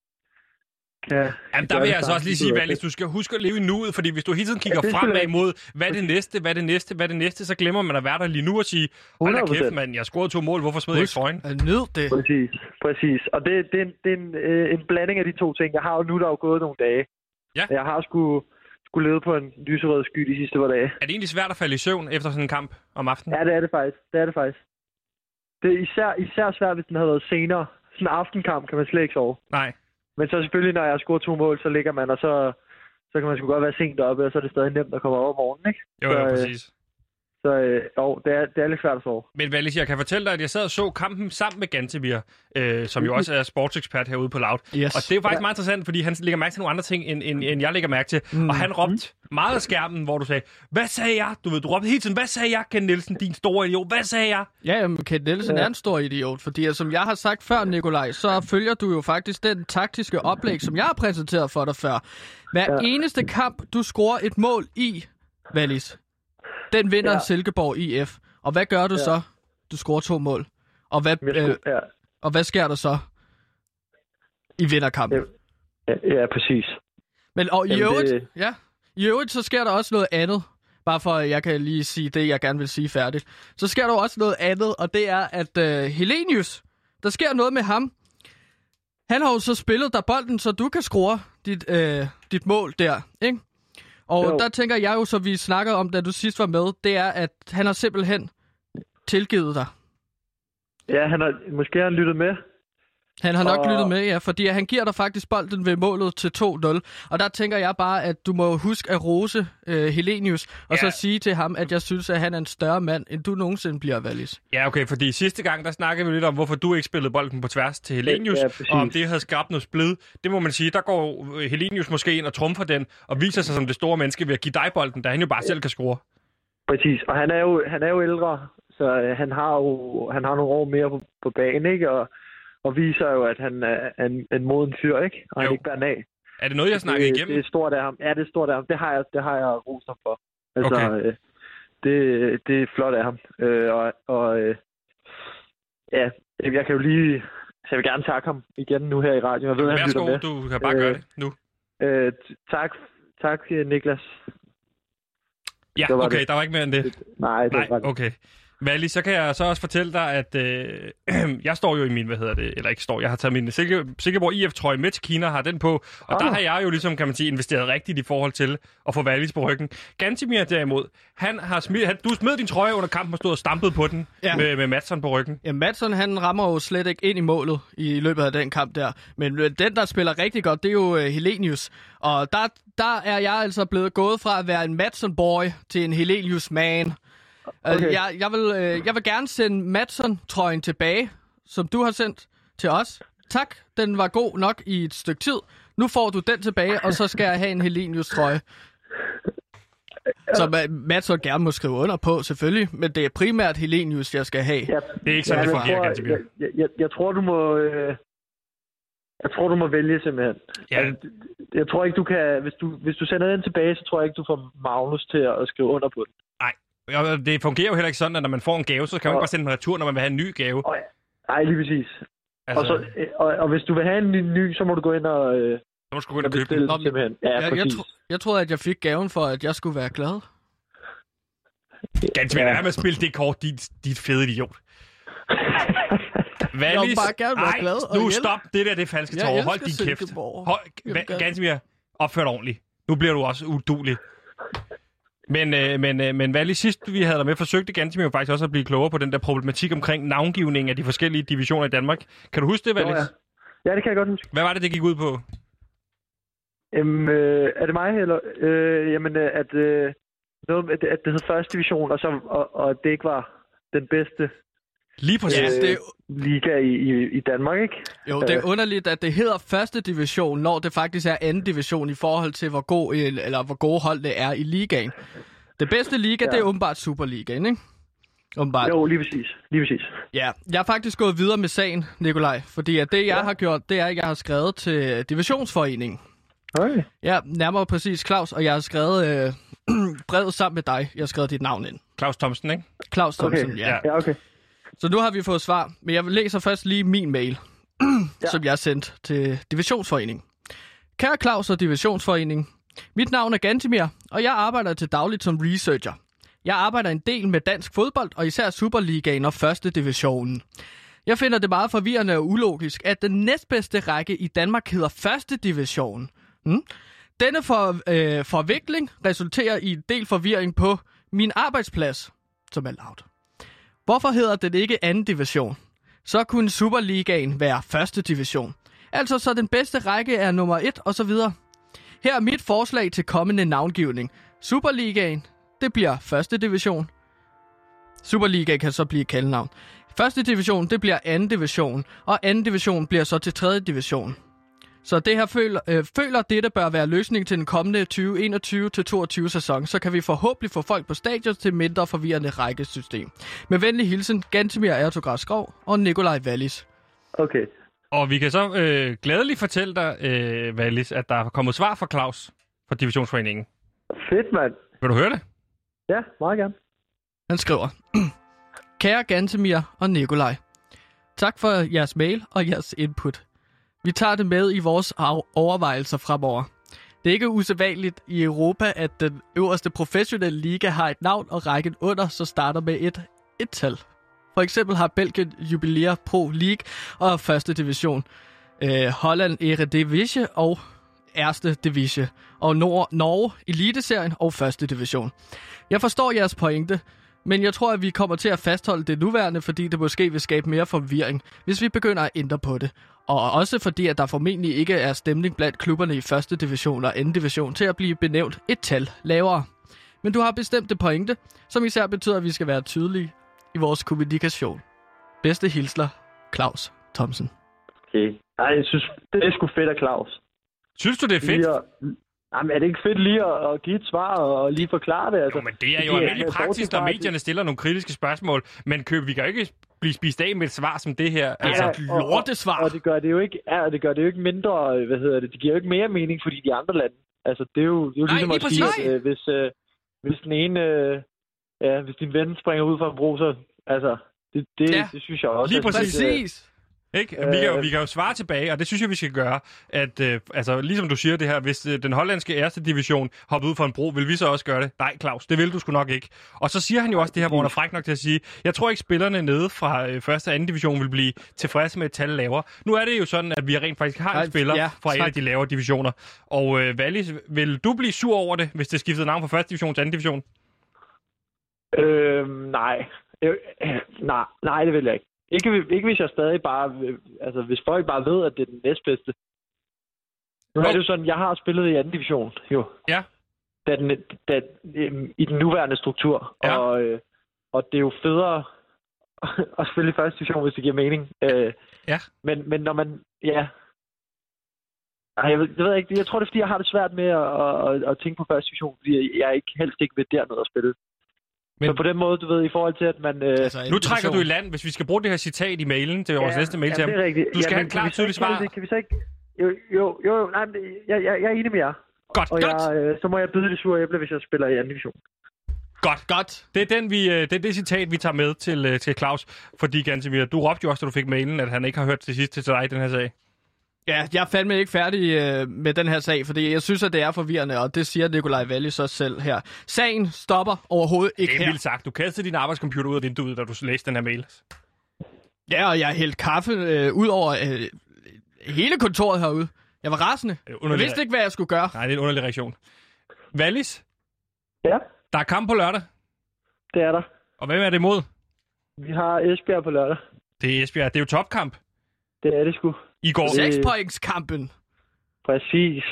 E: kan
A: Jamen, der vil jeg altså også lige sige, Wallis, du skal huske at leve i nuet, fordi hvis du hele tiden kigger ja, fremad imod, hvad er det næste, hvad er det næste, hvad er det næste, så glemmer man at være der lige nu og sige, hold da kæft, mand, jeg scorede to mål, hvorfor smed jeg ikke trøjen?
B: Nyd det.
E: Præcis, præcis. Og det, det, er, en, det er en, øh, en blanding af de to ting. Jeg har jo nu, der er jo gået nogle dage.
A: Ja.
E: Jeg har sgu, sgu levet på en lyserød sky de sidste par dage.
A: Er det egentlig svært at falde i søvn efter sådan en kamp om aftenen?
E: Ja, det er det faktisk. Det er det faktisk. Det er især, især svært, hvis den havde været senere. Sådan en aftenkamp kan man slet ikke sove.
A: Nej.
E: Men så selvfølgelig, når jeg har scoret to mål, så ligger man, og så, så kan man sgu godt være sent oppe, og så er det stadig nemt at komme over om morgenen, ikke?
A: Jo,
E: så,
A: jo, præcis.
E: Så øh, jo, det er, det er lidt svært at sove.
A: Men Wallis, jeg kan fortælle dig, at jeg sad og så kampen sammen med Gantemir, øh, som jo også er sportsekspert herude på Loud.
B: Yes.
A: Og det er jo faktisk ja. meget interessant, fordi han lægger mærke til nogle andre ting, end, end, end jeg lægger mærke til. Mm. Og han råbte meget af skærmen, hvor du sagde, hvad sagde jeg? Du ved, du råbte hele tiden, hvad sagde jeg, Ken Nielsen, din store idiot? Hvad sagde jeg?
B: Ja, men Ken Nielsen ja. er en stor idiot, fordi som jeg har sagt før, Nikolaj, så følger du jo faktisk den taktiske oplæg, som jeg har præsenteret for dig før. Hver ja. eneste kamp, du scorer et mål i, Wallis, den vinder ja. Silkeborg I F. Og hvad gør du ja. så? Du scorer to mål. Og hvad, øh, ja. og hvad sker der så? I vinder kampen.
E: Ja, ja præcis.
B: Men og i
E: Jamen,
B: øvrigt,
E: det...
B: ja, i øvrigt, så sker der også noget andet. Bare for at jeg kan lige sige det, jeg gerne vil sige færdigt. Så sker der også noget andet, og det er, at øh, Helenius, der sker noget med ham. Han har jo så spillet der bolden, så du kan score dit, øh, dit mål der, ikke? Og jo. Der tænker jeg jo, så vi snakkede om, da du sidst var med, det er, at han har simpelthen tilgivet dig.
E: Ja, han har, måske har han lyttet med.
B: Han har nok
E: og...
B: lyttet med, ja, fordi han giver dig faktisk bolden ved målet til to nul. Og der tænker jeg bare, at du må huske at rose øh, Helenius, og ja. så sige til ham, at jeg synes, at han er en større mand, end du nogensinde bliver, Wallis.
A: Ja, okay, fordi sidste gang, der snakkede vi lidt om, hvorfor du ikke spillede bolden på tværs til Helenius, ja, ja, og om det havde skabt noget splid. Det må man sige, der går Helenius måske ind og trumfer den, og viser sig som det store menneske ved at give dig bolden, da han jo bare selv kan score.
E: Præcis, og han er jo, han er jo ældre, så øh, han har jo han har nogle år mere på, på banen, ikke? Og Og viser jo, at han er en, en moden fyr, ikke? Og jo. Han ikke bærer af.
A: Er det noget, jeg snakker
E: det,
A: igennem?
E: Det er stort af ham. Ja, det er stort af ham. Det har jeg, det har jeg rost ham for. Altså,
A: Okay.
E: øh, det, det er flot af ham. Øh, og og øh, ja, jeg kan jo lige... Så jeg vil gerne takke ham igen nu her i radioen. Jeg ved, han lytter
A: Værsgo,
E: med.
A: du kan bare gøre
E: Øh,
A: det nu.
E: Øh, tak, tak, Niklas.
A: Ja,
E: det var
A: okay,
E: det.
A: der var ikke mere end det.
E: Nej, det
A: Nej,
E: var det.
A: okay. Vali, så kan jeg så også fortælle dig, at øh, jeg står jo i min, hvad hedder det, eller ikke står, jeg har taget min Silke, Silkeborg I F-trøje med til Kina, har den på, og oh. der har jeg jo ligesom, kan man sige, investeret rigtigt i forhold til at få Valis på ryggen. Gantimir derimod, han har smidt, han, du smed din trøje under kampen og stod og stampede på den ja. med, med Madsson på ryggen.
B: Ja, Madsson, han rammer jo slet ikke ind i målet i løbet af den kamp der. Men den, der spiller rigtig godt, det er jo uh, Helenius. Og der, der er jeg altså blevet gået fra at være en Madsson-boy til en Helenius-man. Okay. Jeg, jeg, vil, øh, jeg vil gerne sende Madsson-trøjen tilbage, som du har sendt til os. Tak, den var god nok i et stykke tid. Nu får du den tilbage, og så skal jeg have en Helenius-trøje. Som Madsson gerne må skrive under på, selvfølgelig. Men det er primært Helenius, jeg skal have.
E: Ja,
A: det er ikke sådan,
E: ja,
A: det fungerer, Gantimir.
E: Jeg, jeg, jeg, jeg tror, du må... Øh, jeg tror, du må vælge simpelthen.
A: Ja.
E: Altså, jeg tror ikke, du kan... Hvis du, hvis du sender den tilbage, så tror jeg ikke, du får Magnus til at skrive under på den.
A: Nej. Det fungerer jo heller ikke sådan, at når man får en gave, så kan man ikke bare sende den retur, når man vil have en ny gave.
E: Oh, ja. Nej, lige præcis.
A: Altså...
E: Og, så, og, og hvis du vil have en ny, ny så må du gå ind og... Øh,
A: så må du gå ind og købe den.
E: Simpelthen. Ja,
B: jeg, jeg, tro, jeg troede, at jeg fik gaven for, at jeg skulle være glad.
A: Gantimir, ja. Hvad med at spille det kort, dit, dit fede idiot?
B: Valis... Jeg vil bare gerne være glad.
A: Nej, nu stop. Det der, det er falske tårer. Hold din kæft.
B: Hold...
A: Gantimir, opfør dig ordentligt. Nu bliver du også uduelig. Men, øh, men, øh, men Vali, sidst vi havde dig med, forsøgte Gantimir jo faktisk også at blive klogere på den der problematik omkring navngivning af de forskellige divisioner i Danmark. Kan du huske det, Valis?
E: Ja. ja, det kan jeg godt huske.
A: Hvad var det, det gik ud på?
E: Øhm, øh, er det mig, eller? Øh, jamen, at, øh, noget, at, at det hed første division, og, så, og, og at det ikke var den bedste
A: Lige præcis.
E: Øh,
B: det...
E: liga i, i, i Danmark, ikke?
B: Jo, det er underligt, at det hedder første division, når det faktisk er anden division i forhold til, hvor, god, eller hvor gode hold det er i ligaen. Det bedste liga, ja. Det er åbenbart Superligaen, ikke? Åbenbart.
E: Jo, lige præcis. Lige præcis.
B: Ja, jeg har faktisk gået videre med sagen, Nikolaj, fordi at det, jeg ja. har gjort, det er, at jeg har skrevet til Divisionsforeningen.
E: Okay.
B: Ja, nærmere præcis Claus, og jeg har skrevet øh, brevet sammen med dig. Jeg har skrevet dit navn ind.
A: Claus Thomsen, ikke?
B: Claus Thomsen,
E: okay.
B: ja.
E: Ja, okay.
B: Så nu har vi fået svar, men jeg læser først lige min mail, ja. som jeg har sendt til Divisionsforeningen. Kære Claus og Divisionsforeningen, mit navn er Gantimir, og jeg arbejder til dagligt som researcher. Jeg arbejder en del med dansk fodbold, og især Superligaen og første divisionen. Jeg finder det meget forvirrende og ulogisk, at den næstbedste række i Danmark hedder første division. Hmm? Denne for, øh, forvikling resulterer i en del forvirring på min arbejdsplads, som er lavt. Hvorfor hedder den ikke anden division? Så kunne Superligaen være første division. Altså så den bedste række er nummer et og så videre. Her er mit forslag til kommende navngivning. Superligaen, det bliver første division. Superligaen kan så blive kaldnavn. Første division, det bliver anden division. Og anden division bliver så til tredje division. Så det her føler, øh, føler dette bør være løsning til den kommende tyve enogtyve til toogtyve sæson. Så kan vi forhåbentlig få folk på stadion til mindre forvirrende rækkesystem. Med venlig hilsen, Gantimir Ertugras Skov og Nikolaj Wallis.
E: Okay.
A: Og vi kan så øh, glædeligt fortælle dig, øh, Wallis, at der er kommet svar fra Claus fra Divisionsforeningen.
E: Fedt, mand.
A: Vil du høre det?
E: Ja, meget gerne.
B: Han skriver, kære Gantimir og Nikolaj, tak for jeres mail og jeres input. Vi tager det med i vores overvejelser fremover. Det er ikke usædvanligt i Europa, at den øverste professionelle liga har et navn, og rækken under så starter med et et-tal. For eksempel har Belgien Jubileer Pro League og første division. Øh, Holland Eredivisie og Erste Divisie. Og Nor- Norge Eliteserien og første division. Jeg forstår jeres pointe, men jeg tror, at vi kommer til at fastholde det nuværende, fordi det måske vil skabe mere forvirring, hvis vi begynder at ændre på det. Og også fordi, at der formentlig ikke er stemning blandt klubberne i første division og anden division til at blive benævnt et tal lavere. Men du har bestemt det pointe, som især betyder, at vi skal være tydelige i vores kommunikation. Bedste hilsner, Claus Thomsen.
E: Okay. Ej, jeg synes, det er sgu fedt af Claus.
A: Synes du, det er fedt?
E: At... Jamen, er det ikke fedt lige at, at give et svar og lige forklare det? Altså,
A: jo, men det er jo almindelig praksis, når medierne stiller nogle kritiske spørgsmål. Men køb, vi kan jo ikke blive spist af med et svar som det her.
E: Ja,
A: Altså,
E: og,
B: lortesvar.
E: Og, og det gør det jo ikke, ja, det gør det jo ikke mindre, hvad hedder det, det giver jo ikke mere mening, fordi de andre lande, altså det er jo, det er jo
A: Nej,
E: ligesom
A: lige
E: at sige,
A: præcis.
E: at øh, hvis, øh, hvis den ene, øh, ja, hvis din ven springer ud fra en bro, så, altså, det, det,
A: Ja,
E: ja, det synes jeg også.
A: lige
E: altså,
A: præcis.
E: at, øh,
B: Præcis.
A: Ikke? Vi, kan jo, vi kan jo svare tilbage, og det synes jeg, vi skal gøre, at øh, altså, ligesom du siger det her, hvis øh, den hollandske erste division hoppede ud for en bro, vil vi så også gøre det? Nej, Claus, det vil du sgu nok ikke. Og så siger han jo også det her, hvor han er fræk nok til at sige, jeg tror ikke, spillerne nede fra øh, første og anden division vil blive tilfredse med et tal lavere. Nu er det jo sådan, at vi rent faktisk har en
B: Nej,
A: spiller
B: ja,
A: fra en
B: tak.
A: af de lavere divisioner. Og øh, Wallis, vil du blive sur over det, hvis det skiftede navn fra første division til anden division?
E: Øh, nej. Øh, øh, nej, nej, det vil jeg ikke. Ikke, ikke hvis jeg stadig bare, øh, altså hvis folk bare ved, at det er den næstbedste. Nu
A: Jo.
E: er det jo sådan, jeg har spillet i anden division, jo.
A: Ja.
E: Da den, da, øh, I den nuværende struktur.
A: Ja.
E: Og, øh, og det er jo federe at spille i første division, hvis det giver mening. Øh,
A: Ja.
E: Men, men når man, ja... Ej, jeg, ved, jeg ved ikke, jeg tror det er, fordi jeg har det svært med at, at, at, at tænke på første division, fordi jeg ikke helst ikke vil dernede og spille.
A: Men-
E: Men så på den måde, du ved, i forhold til, at man... Øh,
B: Altså,
A: Nu trækker du i land, hvis vi skal bruge det her citat i mailen til vores næste mail til
E: ja,
A: ham.
E: det er rigtigt.
A: Du skal
E: ja,
A: have et
E: men kan
A: klart,
E: vi så
A: tydeligt
E: ikke kalde
A: svar.
E: det- Kan vi så ikke... Jo, jo, jo, jo nej, men det- jeg, jeg, jeg er enig med jer.
A: Godt,
E: Og
A: godt,
E: jeg, øh, så må jeg byde det sure æble, hvis jeg spiller i anden division.
A: godt.
B: Godt.
A: Det er, den, vi, øh, det er det citat, vi tager med til, øh, til Claus. Fordi, Gantemir, du råbte jo også, da du fik mailen, at han ikke har hørt til sidst til dig i den her sag.
B: Ja, jeg er fandme ikke færdig øh, med den her sag, fordi jeg synes, at det er forvirrende, og det siger Nikolaj Wallis også selv her. Sagen stopper overhovedet ikke
A: Det er
B: her.
A: vildt sagt. Du kastede din arbejdscomputer ud af vinduet, da du læste den her mail.
B: Ja, og jeg hældte kaffe øh, ud over øh, hele kontoret herude. Jeg var rasende.
A: Det er
B: Jeg
A: underlig-
B: vidste ikke, hvad jeg skulle gøre.
A: Nej, det er en underlig reaktion. Wallis,
E: Ja,
A: der er kamp på lørdag.
E: det er der.
A: Og hvem er det imod?
E: Vi har Esbjerg på lørdag.
A: Det er Esbjerg. Det er jo topkamp.
E: Det er det sgu.
A: I går.
E: Det-
B: Sekspointskampen.
E: Præcis.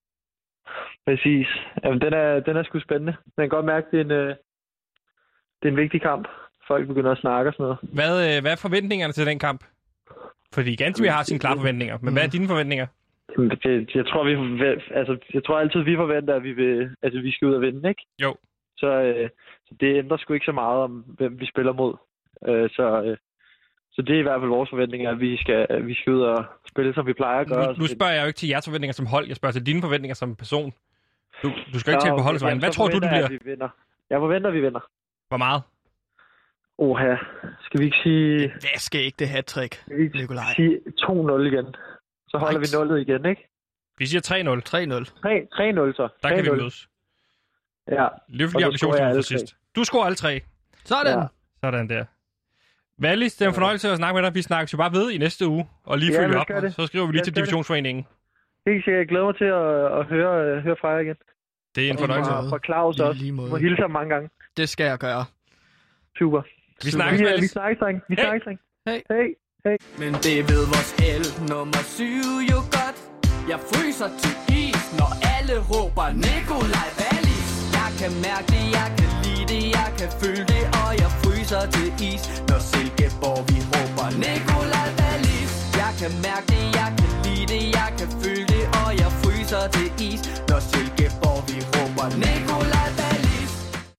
E: Præcis. Jamen, den er, den er sgu spændende. Man kan godt mærke, det er en, øh, det er en vigtig kamp. Folk begynder at snakke og sådan noget.
A: Hvad, øh, hvad er forventningerne til den kamp? Fordi Gantemir har sine klare forventninger. Men hvad er dine forventninger?
E: Jamen, Det, jeg tror, vi forve- altså, jeg tror altid, vi forventer, at vi, vil, altså, vi skal ud og vinde, ikke?
A: Jo.
E: Så, øh, så det ændrer sgu ikke så meget om, hvem vi spiller mod. Øh, så, øh, så det er i hvert fald vores forventninger, at vi skal, at vi skal ud og spille, som vi plejer at gøre.
A: Nu, nu spørger jeg jo ikke til jeres forventninger som hold. Jeg spørger til dine forventninger som person. Du, du skal jo ikke tale på holdets vegne. Hvad tror du, det bliver?
E: Jeg, vi vinder. Jeg forventer, at vi vinder.
A: Hvor meget?
E: Oha. Skal vi ikke sige,
B: Hvad skal ikke det hat-trick,
E: skal vi ikke
B: Nikolaj?
E: sige to nul igen? Så holder
B: Right.
E: vi nullet igen, ikke?
A: Vi siger tre nul.
B: tre nul.
E: tre nul så.
A: Der kan vi
E: tre nul.
A: mødes.
E: Ja.
A: Løftelig
E: Og så
A: ambition
E: scorer jeg
A: for
E: alle
A: sidst. Du scorer alle tre.
B: Sådan.
E: Ja.
A: Sådan der. Wallis, det er en fornøjelse at snakke med dig. Vi snakkes jo bare ved i næste uge. Og lige
E: Ja,
A: følge
E: lad os
A: op,
E: gøre
A: og
E: det.
A: så skriver vi lige
E: Lad os
A: til
E: gøre det.
A: Divisionsforeningen.
E: Helt sikkert. Jeg glæder mig til at, at høre, øh, høre fra jer igen.
A: Det er en
B: Og
A: fornøjelse.
B: meget.
E: Fra, fra Claus
B: I
E: også.
B: lige
E: Du
B: måde.
E: må hilse ham mange gange.
B: Det skal jeg gøre.
E: Super.
A: Vi snakkes,
E: Vi, øh, vi
A: Wallis.
E: snakkes, dreng. Vi
A: Hey.
E: snakkes, dreng.
B: Hey.
E: Hey. Hey.
B: Men det ved vores el nummer syv jo godt. Jeg fryser til is, når alle råber Nikolaj Wallis. Jeg kan mærke det, jeg kan lide det, jeg kan føle det, og jeg fryser til is, når Silkeborg vi råber Nikolaj Wallis. Jeg kan mærke det, jeg kan lide det, jeg kan føle det, og jeg fryser til is, når Silkeborg vi råber Nikolaj Wallis.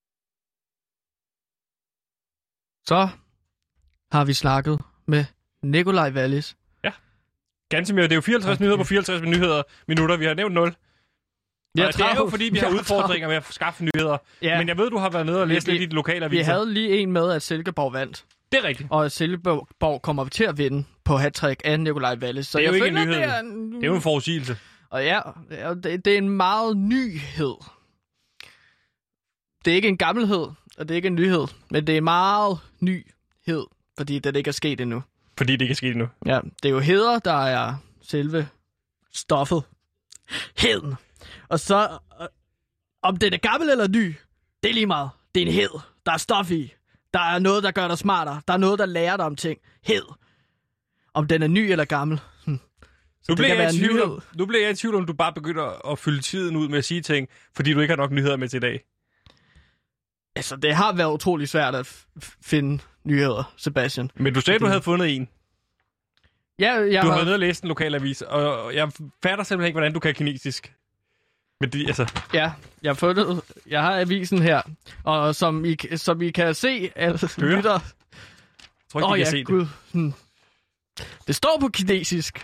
B: Så har vi snakket med Nikolaj Wallis.
A: Gantemir, det er jo fireoghalvtreds
B: Okay.
A: nyheder på fireoghalvtreds nyheder, minutter. Vi har nævnt nul.
B: Vi
A: Og det er jo, fordi vi har udfordringer med at skaffe nyheder.
B: Ja.
A: Men jeg ved, du har været nede og læst
B: Vi-
A: lidt i de lokale
B: Vi
A: aviser.
B: havde lige en med, at Silkeborg vandt.
A: Det er rigtigt.
B: Og at Silkeborg kommer til at vinde på hat-trick af Nikolaj Wallis. Så
A: Det er jo
B: jeg
A: ikke en
B: føler,
A: nyhed.
B: Det er, en...
A: Det er jo en forudsigelse.
B: Og ja, ja, det, det er en meget nyhed. Det er ikke en gammelhed, og det er ikke en nyhed. Men det er en meget nyhed, fordi det ikke er sket endnu.
A: Fordi det ikke er sket endnu.
B: Ja, det er jo heder, der er selve stoffet. Heden. Og så, øh, om det er gammel eller ny, det er lige meget. Det er en hed. Der er stof i. Der er noget, der gør dig smartere. Der er noget, der lærer dig om ting. Hed. Om den er ny eller gammel. Hm.
A: Nu
B: det
A: bliver,
B: kan
A: jeg
B: være
A: i
B: en
A: tvivl om,
B: nyhed.
A: nu bliver jeg i tvivl om, du bare begynder at fylde tiden ud med at sige ting, fordi du ikke har nok nyheder med til i dag.
B: Altså, det har været utrolig svært at f- finde nyheder, Sebastian.
A: Men du sagde, du havde fundet en.
B: Ja, jeg
A: Du
B: har...
A: har været nede og læst en lokal avis, og jeg fatter simpelthen ikke, hvordan du kan kinesisk. Men det, altså,
B: Ja, jeg har fundet... Jeg har avisen her, og som I, som I kan se, altså,
A: Høre.
B: lytter...
A: tror ikke,
B: Åh
A: oh,
B: ja,
A: kan se
B: gud.
A: det.
B: Hmm. Det står på kinesisk.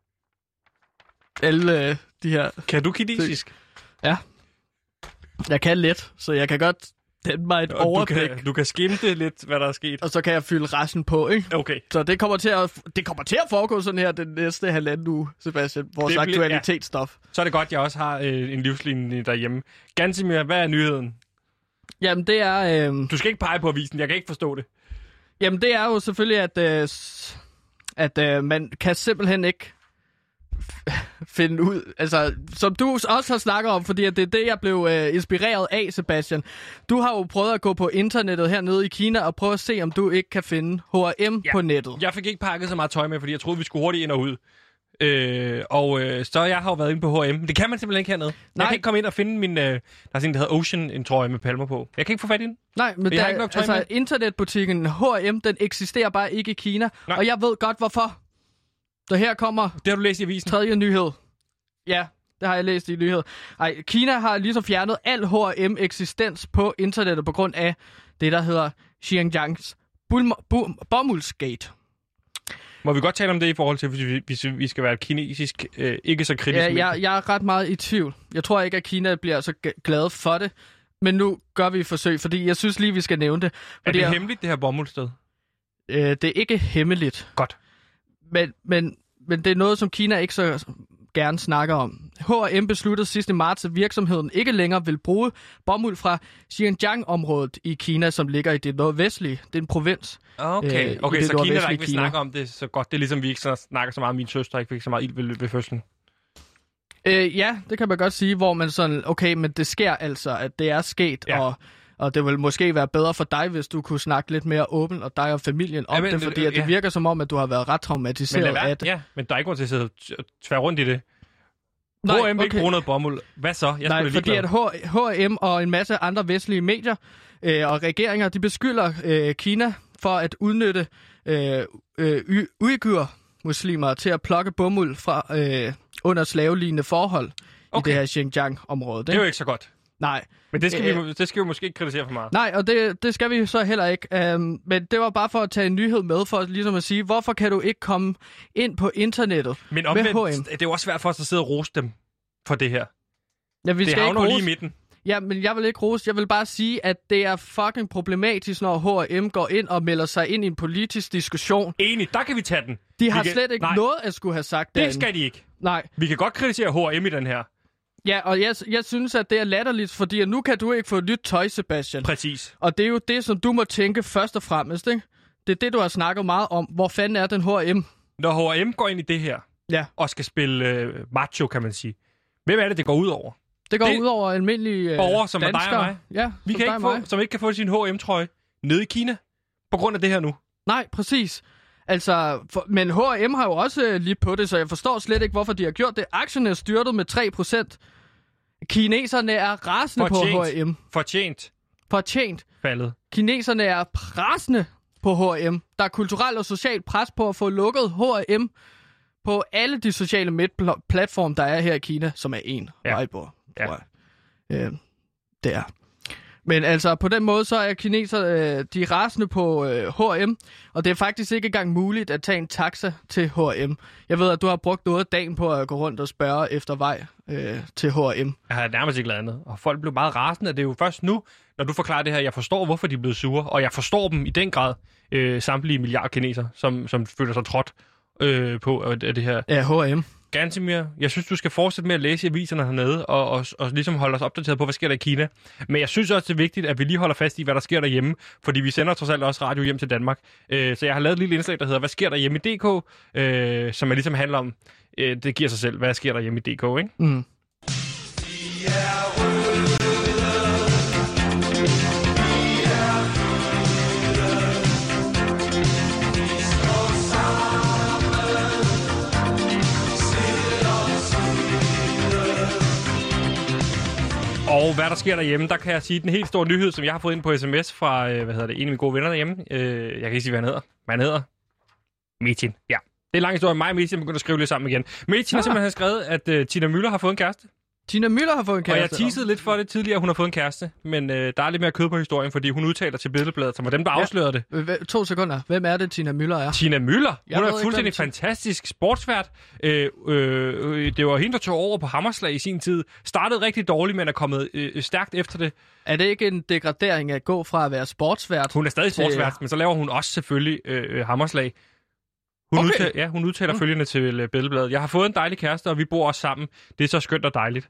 B: Alle øh, de her...
A: Kan du kinesisk?
B: Ja. Jeg kan let, så jeg kan godt danne mig et
A: Og
B: overblik.
A: Du kan, du kan skimte lidt, hvad der er sket.
B: Og så kan jeg fylde resten på, ikke?
A: Okay.
B: Så det kommer til at, det kommer til at foregå sådan her den næste halvanden uge, Sebastian. Vores
A: Det bliver-
B: aktualitetsstof.
A: Så er det godt, at jeg også har øh, en livslinje derhjemme. Gansimir, hvad er nyheden?
B: Jamen, det er... Øh,
A: Du skal ikke pege på avisen, jeg kan ikke forstå det.
B: jamen, det er jo selvfølgelig, at, øh, s- at øh, man kan simpelthen ikke finde ud, altså, som du også har snakket om, fordi at det er det, jeg blev øh, inspireret af, Sebastian. Du har jo prøvet at gå på internettet hernede i Kina og prøve at se, om du ikke kan finde H og M
A: Ja.
B: på nettet.
A: Jeg fik ikke pakket så meget tøj med, fordi jeg troede, vi skulle hurtigt ind og ud. Øh, og øh, så jeg har jo været inde på H og M. Men det kan man simpelthen ikke hernede. Nej. Jeg
B: Nej.
A: kan ikke komme ind og finde min... Øh, der er sådan en, der hedder Ocean, en trøje med palmer på. Jeg kan ikke få fat i den.
B: Nej, men
A: Jeg
B: der,
A: har ikke nok tøj
B: altså,
A: med.
B: internetbutikken H og M, den eksisterer bare ikke i Kina,
A: Nej.
B: og jeg ved godt, hvorfor. Så her kommer
A: Det har du læst i avisen.
B: tredje nyhed. Ja, det har jeg læst i nyhed. Ej, Kina har ligesom fjernet al H og M-eksistens på internettet på grund af det, der hedder Xinjiangs bulm- bu- bomuldsgate.
A: Må vi godt tale om det i forhold til, hvis vi, hvis vi skal være et kinesisk, øh, ikke så kritisk
B: Ja,
A: medie?
B: jeg, jeg er ret meget i tvivl. Jeg tror ikke, at Kina bliver så g- glade for det. Men nu gør vi et forsøg, fordi jeg synes lige, vi skal nævne det.
A: Er
B: Fordi
A: det
B: jeg,
A: hemmeligt, det her bomuldssted?
B: øh, det er ikke hemmeligt.
A: Godt.
B: Men, men, men det er noget, som Kina ikke så gerne snakker om. H og M besluttede sidste marts, at virksomheden ikke længere vil bruge bomuld fra Xinjiang-området i Kina, som ligger i det nordvestlige. Det er en provins.
A: Okay,
B: øh, i
A: okay
B: det
A: så Kina, der
B: nordvestlige
A: ikke vil
B: Kina.
A: snakke om det så godt. Det er ligesom, vi ikke så snakker så meget om min søster, ikke fik så meget ild ved, ved fødslen.
B: Øh, ja, det kan man godt sige, hvor man sådan, okay, men det sker altså, at det er sket,
A: Ja.
B: og, og det vil måske være bedre for dig, hvis du kunne snakke lidt mere åbent, og dig og familien om
A: Ja, men,
B: det, fordi at
A: ja.
B: det virker som om, at du har været ret
A: Men,
B: traumatiseret
A: lad være,
B: af det.
A: ja, men der er ikke grund til at sidde og tvær rundt i det. H
B: Nej,
A: og M vil ikke
B: okay.
A: bruge noget bomuld. Hvad så? Jeg
B: Nej,
A: skulle
B: fordi at H- H og M og en masse andre vestlige medier øh, og regeringer, de beskylder øh, Kina for at udnytte øh, øh, y- uigur-muslimer til at plukke bomuld fra øh, under slavelignende forhold
A: Okay.
B: i det her Xinjiang-område.
A: Det er jo ikke så godt.
B: Nej.
A: Men det skal,
B: Øh,
A: vi, det skal vi måske ikke kritisere for meget.
B: Nej, og det, det skal vi så heller ikke. Um, men det var bare for at tage en nyhed med, for ligesom at sige, hvorfor kan du ikke komme ind på internettet
A: Men
B: med H og M?
A: omvendt, det er jo også svært for os at sidde og rose dem for det her.
B: Ja, vi
A: Det
B: skal ikke
A: havner jo lige
B: rose.
A: i midten.
B: Ja, men jeg vil ikke rose. Jeg vil bare sige, at det er fucking problematisk, når H og M går ind og melder sig ind i en politisk diskussion.
A: Enig, der kan vi tage den.
B: De
A: Vi
B: har
A: kan...
B: slet ikke
A: Nej,
B: noget at skulle have sagt
A: det
B: derinde.
A: skal de ikke.
B: Nej.
A: Vi kan godt kritisere H og M i den her.
B: Ja, og jeg, jeg synes, at det er latterligt, fordi at nu kan du ikke få nyt tøj, Sebastian.
A: Præcis.
B: Og det er jo det, som du må tænke først og fremmest, ikke? Det er det, du har snakket meget om. Hvor fanden er den H og M?
A: Når H og M går ind i det her,
B: Ja.
A: og skal spille øh, macho, kan man sige. Hvem er det, det går ud over?
B: Det går
A: Det-
B: ud over almindelige øh,
A: Borgere, som er dig og
B: danskere.
A: mig.
B: Ja,
A: Vi
B: som
A: kan
B: dig
A: ikke
B: og
A: få,
B: mig.
A: som ikke kan få sin H og M-trøje nede i Kina, på grund af det her nu.
B: Nej, præcis. Altså, for, men H og M har jo også øh, lige på det, så jeg forstår slet ikke, hvorfor de har gjort det. Aktien er styrtet med tre procent. Kineserne er rasende på H og M.
A: Fortjent
B: Fortjent.
A: faldet.
B: Kineserne er pressende på H og M. Der er kulturelt og socialt pres på at få lukket H og M på alle de sociale medieplatforme, der er her i Kina, som er en
A: Ja.
B: Weibo,
A: Ja.
B: tror jeg. Øh, det er. Men altså, på den måde, så er kineser, øh, de er rasende på øh, H og M, og det er faktisk ikke engang muligt at tage en taxa til H og M. Jeg ved, at du har brugt noget af dagen på at gå rundt og spørge efter vej øh, til H og M.
A: Jeg har nærmest ikke lavet andet. Og folk blev meget rasende. Det er jo først nu, når du forklarer det her, jeg forstår, hvorfor de er blevet sure. Og jeg forstår dem i den grad, øh, samtlige milliarder kineser, som, som føler sig trådt øh, på af det her.
B: Ja, H og M.
A: Gansimir, jeg synes, du skal fortsætte med at læse i aviserne hernede, og, og, og ligesom holde os opdateret på, hvad sker der i Kina. Men jeg synes også, det er vigtigt, at vi lige holder fast i, hvad der sker derhjemme, fordi vi sender trods alt også radio hjem til Danmark. Øh, så jeg har lavet et lille indslag, der hedder, hvad sker der hjemme i D K, øh, som er ligesom handler om, øh, det giver sig selv, hvad sker der hjemme i D K, ikke?
B: Mm.
A: Og hvad der sker derhjemme, der kan jeg sige den helt store nyhed, som jeg har fået ind på sms fra, øh, hvad hedder det, en af mine gode venner derhjemme. Øh, jeg kan ikke sige, hvad han hedder. Hvad han hedder? Metin. Ja. Det er en lang historie. Mig og Metin begynder at skrive lidt sammen igen. Metin har
B: Ah.
A: simpelthen skrevet, at øh, Tina Müller har fået en kæreste.
B: Tina Müller har fået en kæreste.
A: Og jeg teasede lidt for det tidligere, hun har fået en kæreste, men øh, der er lidt mere kød på historien, fordi hun udtaler til Billedbladet, som var dem, der ja. afslørede det.
B: H- to sekunder. Hvem er det, Tina Müller er?
A: Tina Müller?
B: Jeg
A: Hun er
B: ved
A: fuldstændig
B: ikke,
A: fantastisk sportsvært. Øh, øh, det var hende, der tog over på Hammerslag i sin tid. Startede rigtig dårligt, men er kommet øh, stærkt efter det.
B: Er det ikke en degradering at gå fra at være sportsvært?
A: Hun er stadig
B: til...
A: sportsvært, men så laver hun også selvfølgelig øh, Hammerslag. Hun,
B: okay.
A: udtaler, ja, hun udtaler mm. følgende til Billedbladet. Jeg har fået en dejlig kæreste, og vi bor også sammen. Det er så skønt og dejligt.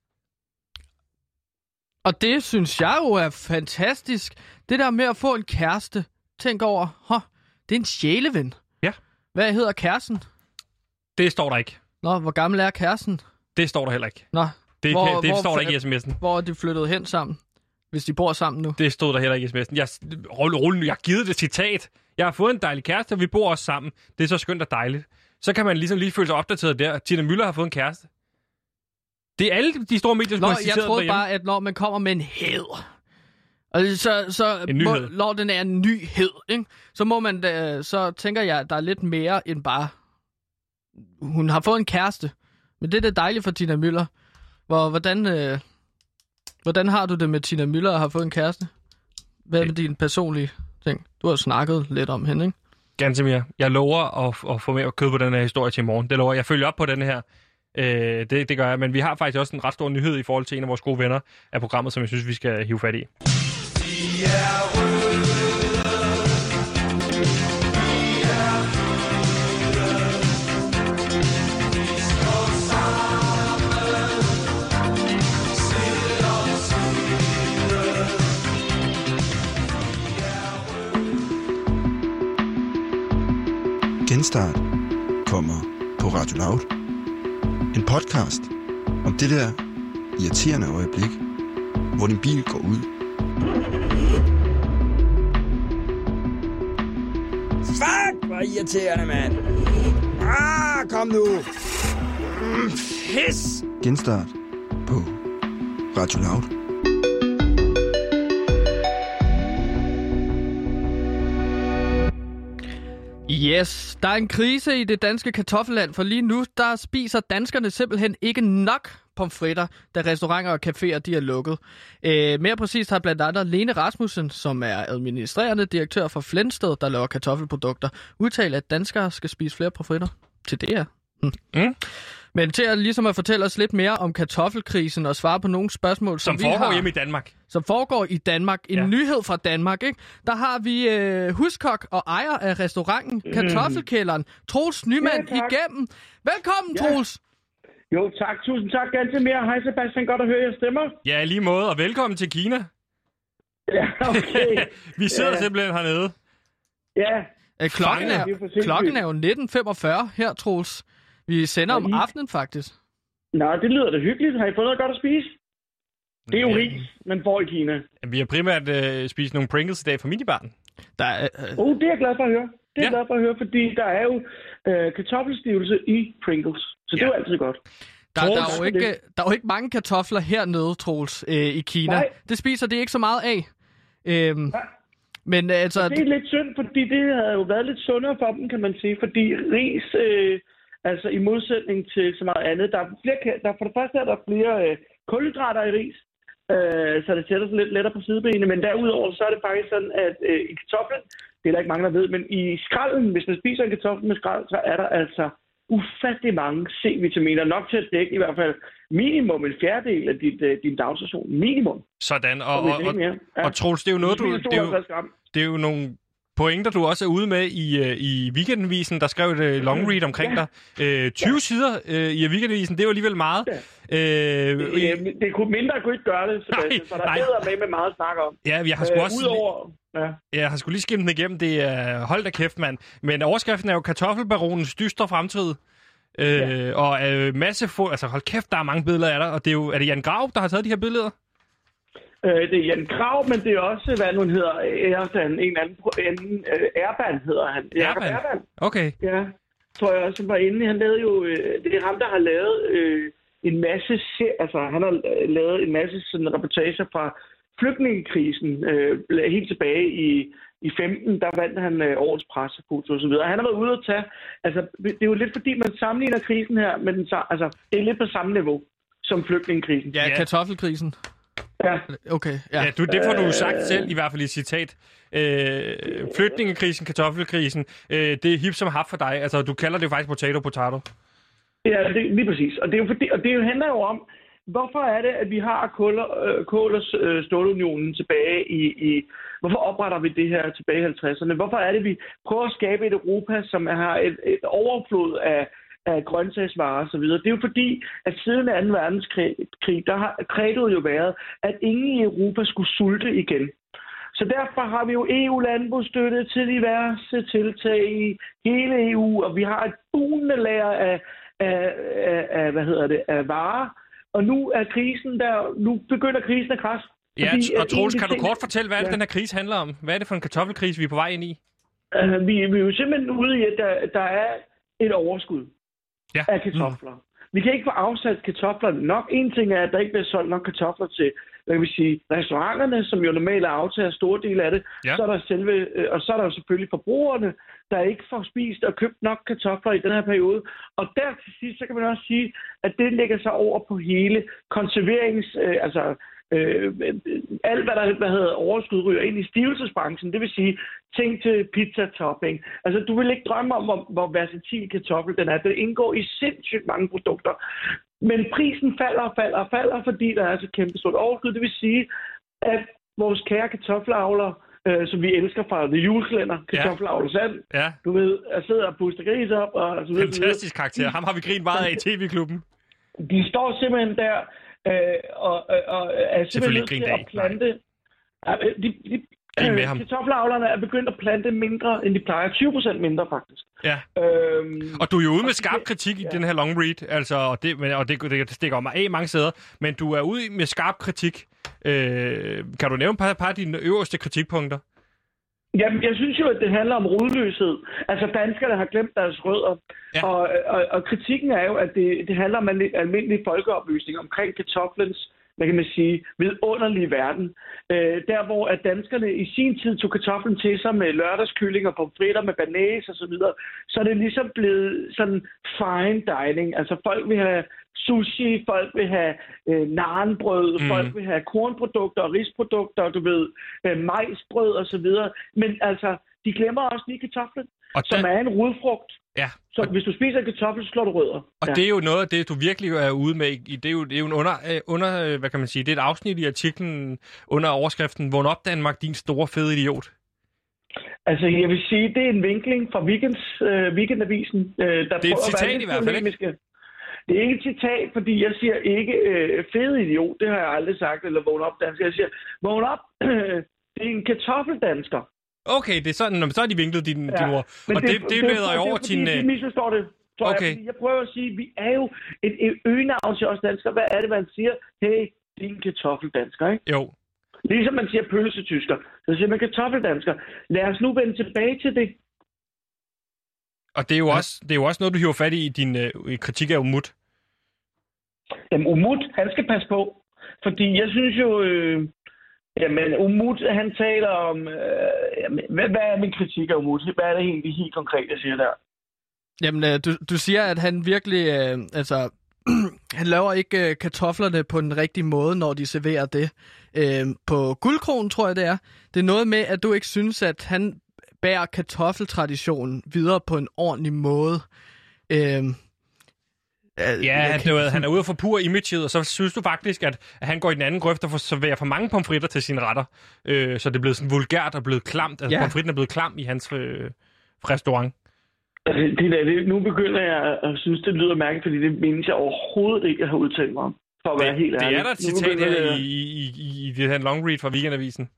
B: Og det synes jeg jo er fantastisk. Det der med at få en kæreste. Tænk over, huh, det er en sjæleven.
A: Ja.
B: Hvad hedder kæresten?
A: Det står der ikke.
B: Nå, hvor gammel er kæresten?
A: Det står der heller ikke.
B: Nå.
A: Det,
B: hvor,
A: kan, det
B: hvor,
A: står der ikke i sms'en.
B: Hvor er de flyttet hen sammen? Hvis de bor sammen nu?
A: Det stod der heller ikke i sms'en. Jeg, rulle, rulle, jeg har givet det citat. Jeg har fået en dejlig kæreste, og vi bor også sammen. Det er så skønt og dejligt. Så kan man ligesom lige føle sig opdateret der. Tina Müller har fået en kæreste. Det er alle de store medier, som
B: Nå,
A: har
B: jeg
A: citeret
B: troede
A: derhjemme.
B: bare, at når man kommer med en hed, og så, så
A: En
B: må,
A: nyhed.
B: når den er en nyhed, ikke? Så må man, da, så tænker jeg, at der er lidt mere end bare, hun har fået en kæreste. Men det er det dejligt for Tina Müller. Hvor, hvordan, øh, hvordan har du det med Tina Müller og har fået en kæreste? Hvad er med din personlige ting? Du har snakket lidt om hende, ikke?
A: Ganske mere. Jeg lover at, at få mere kød på den her historie til i morgen. Det lover jeg. Jeg følger op på den her. Øh, det, det gør jeg. Men vi har faktisk også en ret stor nyhed i forhold til en af vores gode venner af programmet, som jeg synes, vi skal hive fat i.
G: Genstart kommer på Radio Loud. En podcast om det der irriterende øjeblik, hvor din bil går ud.
H: Fuck, hvor irriterende, mand. Ah, kom nu. Mm, pis.
G: Genstart på Radio Loud.
B: Yes, der er en krise i det danske kartoffelland, for lige nu, der spiser danskerne simpelthen ikke nok pomfritter, da restauranter og caféer, de er lukket. Øh, mere præcist har blandt andet Lene Rasmussen, som er administrerende direktør for Flensted, der laver kartoffelprodukter, udtalt, at danskere skal spise flere pomfritter. Til det her. Hm.
A: Mm.
B: Men til at ligesom at fortælle os lidt mere om kartoffelkrisen og svare på nogle spørgsmål, som,
A: Som
B: vi
A: foregår
B: har,
A: hjemme i Danmark.
B: som foregår i Danmark. En
A: Ja.
B: nyhed fra Danmark, ikke? Der har vi øh, huskok og ejer af restauranten Kartoffelkælderen, Troels Nyman,
I: Ja, tak.
B: igennem. Velkommen,
I: Ja.
B: Troels.
I: Jo, tak. Tusind tak, ganske mere. Hej Sebastian, godt at høre jeres stemmer.
A: Ja, i lige måde, og velkommen til Kina.
I: Ja, okay.
A: Vi sidder
I: Ja.
A: simpelthen hernede.
I: Ja,
B: Øh, klokken,
I: Fange.
B: er,
I: Det er for sindssygt.
B: klokken er jo nitten femogfyrre her, Troels. Vi sender om
I: Ja, I-
B: aftenen, faktisk.
I: nå, det lyder da hyggeligt. Har I fået noget godt at spise? Det er jo
A: Ja.
I: ris, man får i Kina.
A: Vi har primært øh, spist nogle Pringles i dag fra minibarn.
B: Der er, øh,
I: Oh, det er jeg glad for at høre. Det er jeg
A: Ja.
I: glad for at høre, fordi der er jo øh, kartoffelstivelse i Pringles. Så det
A: Ja.
I: er jo altid godt.
B: der, der, er
I: Troels.
B: jo ikke, der er jo ikke mange kartofler hernede, Troels, øh, i Kina.
I: Nej.
B: Det spiser de ikke så meget af. Øhm,
I: Nej.
B: men øh, altså...
I: Det er lidt synd, fordi det havde jo været lidt sundere for dem, kan man sige. Fordi ris, øh, altså i modsætning til så meget andet, der er flere, der, for det første er der flere øh, kulhydrater i ris, øh, så det sætter sig lidt lettere på sidebenene. Men derudover så er det faktisk sådan, at øh, i kartoflen, det er der ikke mange, der ved, men i skralden, hvis man spiser en kartoffel med skrald, så er der altså ufattelig mange C-vitaminer. Nok til at dække i hvert fald minimum en fjerdedel af dit, øh, din dagsration. Minimum.
A: Sådan, og,
I: Og hvis
A: og,
I: ikke
A: og,
I: mere. Ja.
A: og Troels, det er jo noget, du,
I: Spiser
A: det er jo,
I: tooghalvtreds gram.
A: det er jo nogle pointer, du også er ude med i, øh, i Weekendavisen, der skrev et øh, long read omkring
I: Ja.
A: dig. Øh, tyve sider øh, i Weekendavisen, det er jo alligevel meget.
I: Ja.
A: Øh,
I: Øh, det kunne mindre kunne ikke gøre det, Sebastian,
A: Nej,
I: så der
A: nej.
I: er med med meget at snakke om.
A: ja, jeg har sgu
I: Øh,
A: også...
I: Udover... Ja.
A: Jeg har sgu lige skimmet den igennem. Det er hold da kæft, mand. Men overskriften er jo kartoffelbaronens dystre fremtid. Øh, ja. Og øh, masse få... Altså hold kæft, der er mange billeder af dig. Og det er jo... Er det Jan Grav, der har taget de her billeder?
I: Øh, det er Jan Krav, men det er også, hvad nu han hedder, Erdan, en anden, en, uh, Erban hedder han. Jakob
A: Erban?
I: Erban.
A: Okay.
I: Ja, tror jeg også, han var inde. Han lavede jo, øh, det er ham, der har lavet øh, en masse, se- altså han har øh, lavet en masse sådan reportager fra flygtningekrisen, øh, helt tilbage i, i femten, der vandt han øh, årets pressefoto og så videre. Han har været ude at tage, altså det er jo lidt fordi, man sammenligner krisen her med den, sa- altså det er lidt på samme niveau. som flygtningekrisen.
B: Ja, kartoffelkrisen.
I: Ja.
B: Okay, ja.
A: ja du, det får du jo sagt selv, i hvert fald i citat. Øh, flygtningekrisen, kartoffelkrisen, øh, det er hip som hap for dig. Altså, du kalder det jo faktisk potato potato.
I: Ja, det, lige præcis. Og det, er jo fordi, og det handler jo om, hvorfor er det, at vi har kul, øh, kul og øh, stålunionen tilbage i, i... Hvorfor opretter vi det her tilbage i halvtredserne? Hvorfor er det, vi prøver at skabe et Europa, som har et, et overflod af, af grøntsagsvarer osv.? Det er jo fordi, at siden anden verdenskrig, der har kredoet jo været, at ingen i Europa skulle sulte igen. Så derfor har vi jo E U-landbrugsstøtte til diverse tiltag i hele E U, og vi har et bunende lager af, af, af, af, hvad hedder det, af varer. Og nu er krisen der, nu begynder krisen at krasse.
A: Ja, og Troels, kan du kort fortælle, hvad ja. den her krise handler om? Hvad er det for en kartoffelkrise, vi er på vej ind i?
I: Uh, vi, vi er jo simpelthen ude i, at der, der er et overskud ja. af kartofler. Mm. Vi kan ikke få afsat kartoflerne nok. En ting er, at der ikke bliver solgt nok kartofler til, hvad kan vi sige, restauranterne, som jo normalt aftager store del af det. Ja. Så er der selve, og så er der jo selvfølgelig forbrugerne, der ikke får spist og købt nok kartofler i den her periode. Og der til sidst, så kan man også sige, at det lægger sig over på hele konserverings... Øh, altså Øh, alt, hvad der hvad hedder, overskud ryger ind i stivelsesbranchen, det vil sige ting til pizza-topping. Altså, du vil ikke drømme om, hvor, hvor versatil kartoffel den er. Det indgår i sindssygt mange produkter. Men prisen falder og falder og falder, fordi der er så kæmpe stort overskud. Det vil sige, at vores kære kartoffelavler, øh, som vi elsker fra The Julekalender, kartoffelavler sand,
A: ja.
I: du ved, at sidde og puste gris op. Og så videre,
A: fantastisk karakter. Ham har vi grint meget af i T V-klubben.
I: De står simpelthen der, Øh, og, og, og er simpelthen nødt til at plante... Ja, de, de, øh, kartoffelavlerne er begyndt at plante mindre, end de plejer. tyve procent mindre, faktisk.
A: Ja. Øhm, og du er jo ude med skarp kritik i ja. den her long read, altså, og, det, og det, det stikker mig af mange steder, men du er ude med skarp kritik. Øh, kan du nævne et par, par af dine øverste kritikpunkter?
I: Jamen, jeg synes jo, at det handler om rodløshed. Altså, danskerne har glemt deres rødder. Ja. Og, og, og kritikken er jo, at det, det handler om almindelig folkeoplysning omkring kartoflens, hvad kan man sige, vidunderlige verden. Øh, der, hvor at danskerne i sin tid tog kartoflen til sig med lørdagskylling og pomfritter med banæs og så videre, så er det ligesom blevet sådan fine dining. Altså, folk vil have sushi, folk vil have øh, narenbrød, mm. folk vil have kornprodukter og risprodukter, og du ved, øh, majsbrød og så videre. Men altså, de glemmer også lige kartoflen, og som den... er en rodfrugt.
A: Ja.
I: Så og... hvis du spiser kartoffel, så slår du rødder.
A: Og ja. det er jo noget af det, du virkelig er ude med. Det er jo, det er jo en under, under, hvad kan man sige, det er et afsnit i artiklen under overskriften, Vågn op Danmark, din store fede idiot.
I: Altså, jeg vil sige, det er en vinkling fra weekends, øh, Weekendavisen. Øh, der
A: det er et citat i hvert fald, ikke?
I: Det er ikke et citat, fordi jeg siger ikke øh, fede idiot. Det har jeg aldrig sagt, eller vågn op dansker. Jeg siger, vågn op, øh, det er en kartoffeldansker.
A: Okay, det er sådan, så har de vinklet din,
I: ja.
A: din ord.
I: Men
A: og det, det, det leder jo over
I: til...
A: din...
I: Det misforstår det.
A: Okay.
I: Jeg, jeg prøver at sige, vi er jo et, et øgenavn til os danskere. Hvad er det, man siger? Hey, din kartoffeldansker, ikke?
A: Jo.
I: Ligesom man siger pølsetysker, så siger man kartoffeldansker. Lad os nu vende tilbage til det.
A: Og det er jo, ja. også, det er jo også noget, du hiver fat i i din øh, kritik af Umut.
I: Jamen, Umut, han skal passe på. Fordi jeg synes jo... Øh, jamen, Umut, han taler om... Øh, jamen, hvad, hvad er min kritik af Umut? Hvad er det egentlig helt konkret, jeg siger der?
B: Jamen, øh, du, du siger, at han virkelig... Øh, altså, han laver ikke øh, kartoflerne på den rigtige måde, når de serverer det. Øh, på Guldkronen, tror jeg, det er. Det er noget med, at du ikke synes, at han bærer kartoffeltraditionen videre på en ordentlig måde. Øh,
A: Ja, han, kan... han er ude for pur imaget, og så synes du faktisk, at, at han går i den anden grøft og serverer for mange pomfritter til sine retter. Øh, så det er blevet sådan vulgært og blevet klamt. Altså, ja. Pomfritten er blevet klam i hans øh, restaurant.
I: Altså, det der, det, nu begynder jeg at synes, det lyder mærkeligt, fordi det mindes jeg overhovedet ikke, jeg har udtalt mig om. For at
A: det,
I: være helt ærlig.
A: Det er der et citat her jeg... i, i, i, i det her long read fra Weekendavisen.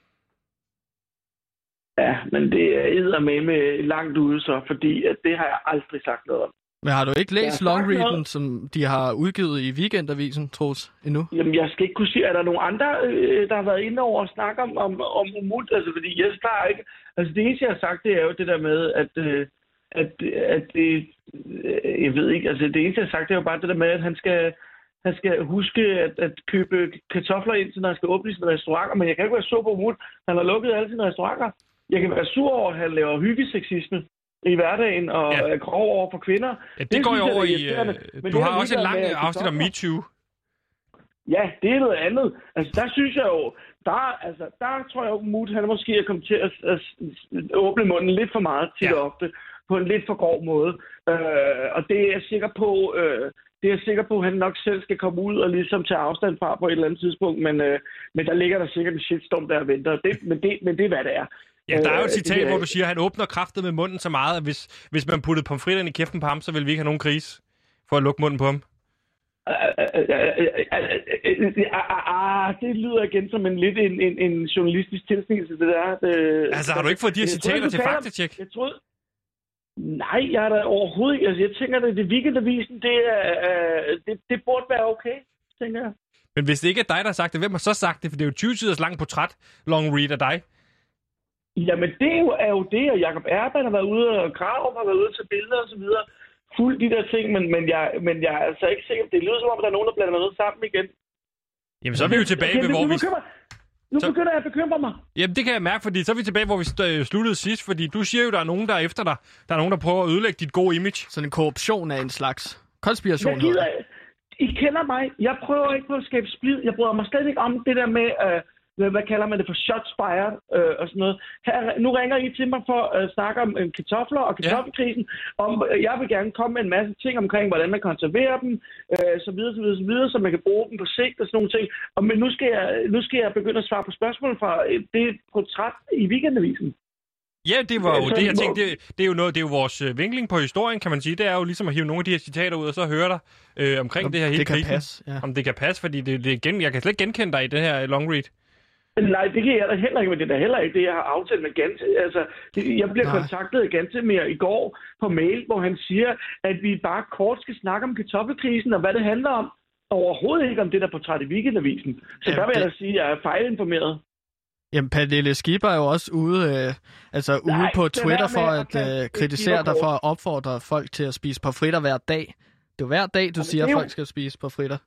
I: Ja, men det er eddermame langt ude så, fordi at det har jeg aldrig sagt noget om.
B: Men har du ikke læst longreaden, som de har udgivet i Weekendavisen, Troels, endnu?
I: Jamen, jeg skal ikke kunne sige, er der nogle andre, øh, der har været inde over at snakke om, om, om Umut? Altså, fordi jeg klarer ikke... Altså, det eneste, jeg har sagt, det er jo det der med, at... Øh, at, at det... Øh, jeg ved ikke, altså, det eneste, jeg har sagt, det er jo bare det der med, at han skal... Han skal huske at, at købe kartofler ind, når han skal åbne sine restauranter. Men jeg kan ikke være sur på Umut. Han har lukket alle sine restauranter. Jeg kan være sur over, at han laver hyggeseksisme i hverdagen og ja. er grov over for kvinder.
A: Ja, det, det går jo over i... Øh, du har også en lang afsnit om MeToo.
I: Ja, det er noget andet. Altså, der synes jeg jo, der, altså, der tror jeg jo, Mut, han måske er kommet til at, at åbne munden lidt for meget tit og ofte, på en lidt for grov måde. Øh, og det er jeg sikker på, øh, det er jeg sikker på, at han nok selv skal komme ud og ligesom tage afstand fra på et eller andet tidspunkt, men, øh, men der ligger der sikkert en shitstorm, der venter. Det, men, det, men det er, hvad det er.
A: Ja, der er jo et citat, øh, hvor du siger, at han åbner kraftet med munden så meget, at hvis, hvis man puttede pomfritterne i kæften på ham, så ville vi ikke have nogen krise for at lukke munden på ham.
I: Ah, det lyder igen som en lidt en, en, en journalistisk tilsnigelse, det der. Det,
A: altså, har du ikke fået de her citater til faktatjek?
I: Jeg troede... Nej, jeg er da overhovedet ikke. Altså, jeg tænker, at det Weekendavisen, det, er, det, det burde være okay, tænker jeg.
A: Men hvis det ikke er dig, der har sagt det, hvem har så sagt det? For det er jo tyve siders lang portræt, long read af dig.
I: Jamen, det er jo, er jo det, og Jacob Erben har været ude, og Grav har været ude til billeder og så videre. Fuldt de der ting, men, men, jeg, men jeg er altså ikke sikker. Det lyder som om, der er nogen, der blander noget sammen igen.
A: Jamen, så er vi jo tilbage
I: okay,
A: ved, hvor
I: nu,
A: vi...
I: Bekymrer, nu så... begynder jeg at bekymre mig.
A: Jamen, det kan jeg mærke, fordi så er vi tilbage, hvor vi sluttede sidst, fordi du siger jo, der er nogen, der er efter dig. Der er nogen, der prøver at ødelægge dit gode image.
B: Sådan en korruption af en slags konspiration.
I: Jeg gider, I kender mig. Jeg prøver ikke på at skabe splid. Jeg bryder mig slet ikke om det der med... Øh, hvad kalder man det for shots fired øh, og sådan noget. Her, nu ringer I til mig for at øh, snakke om øh, kartofler og kartoffelkrisen. Ja. Om, øh, jeg vil gerne komme med en masse ting omkring, hvordan man konserverer dem, øh, så videre, så videre, så videre, så man kan bruge dem på sigt og sådan nogle ting. Og, men nu skal, jeg, nu skal jeg begynde at svare på spørgsmål fra øh, det portræt i Weekendavisen.
A: Ja, det var jo det, jeg tænkte, det, det er jo noget, det er jo vores øh, vinkling på historien, kan man sige. Det er jo ligesom at hive nogle af de her citater ud, og så høre dig øh, omkring Om, det her hele
B: det kan
A: krisen.
B: Passe, ja.
A: Om det kan passe, fordi det, det gen, jeg kan slet ikke genkende dig i det her long read.
I: Nej, det kan jeg da heller ikke, men det er da heller ikke det, jeg har aftalt med Gante. Altså, jeg bliver Nej. kontaktet af Gantemir i går på mail, hvor han siger, at vi bare kort skal snakke om kartoffelkrisen og hvad det handler om. Overhovedet ikke om det der portræt i Weekendavisen. Så ja, der vil det... jeg da sige, at jeg er fejlinformeret.
B: Jamen, Pernille Skipper er jo også ude, øh, altså Nej, ude på Twitter for at øh, kritisere dig for at opfordre folk til at spise pomfritter hver dag. Det er jo hver dag, du ja, siger, at jo... folk skal spise pomfritter.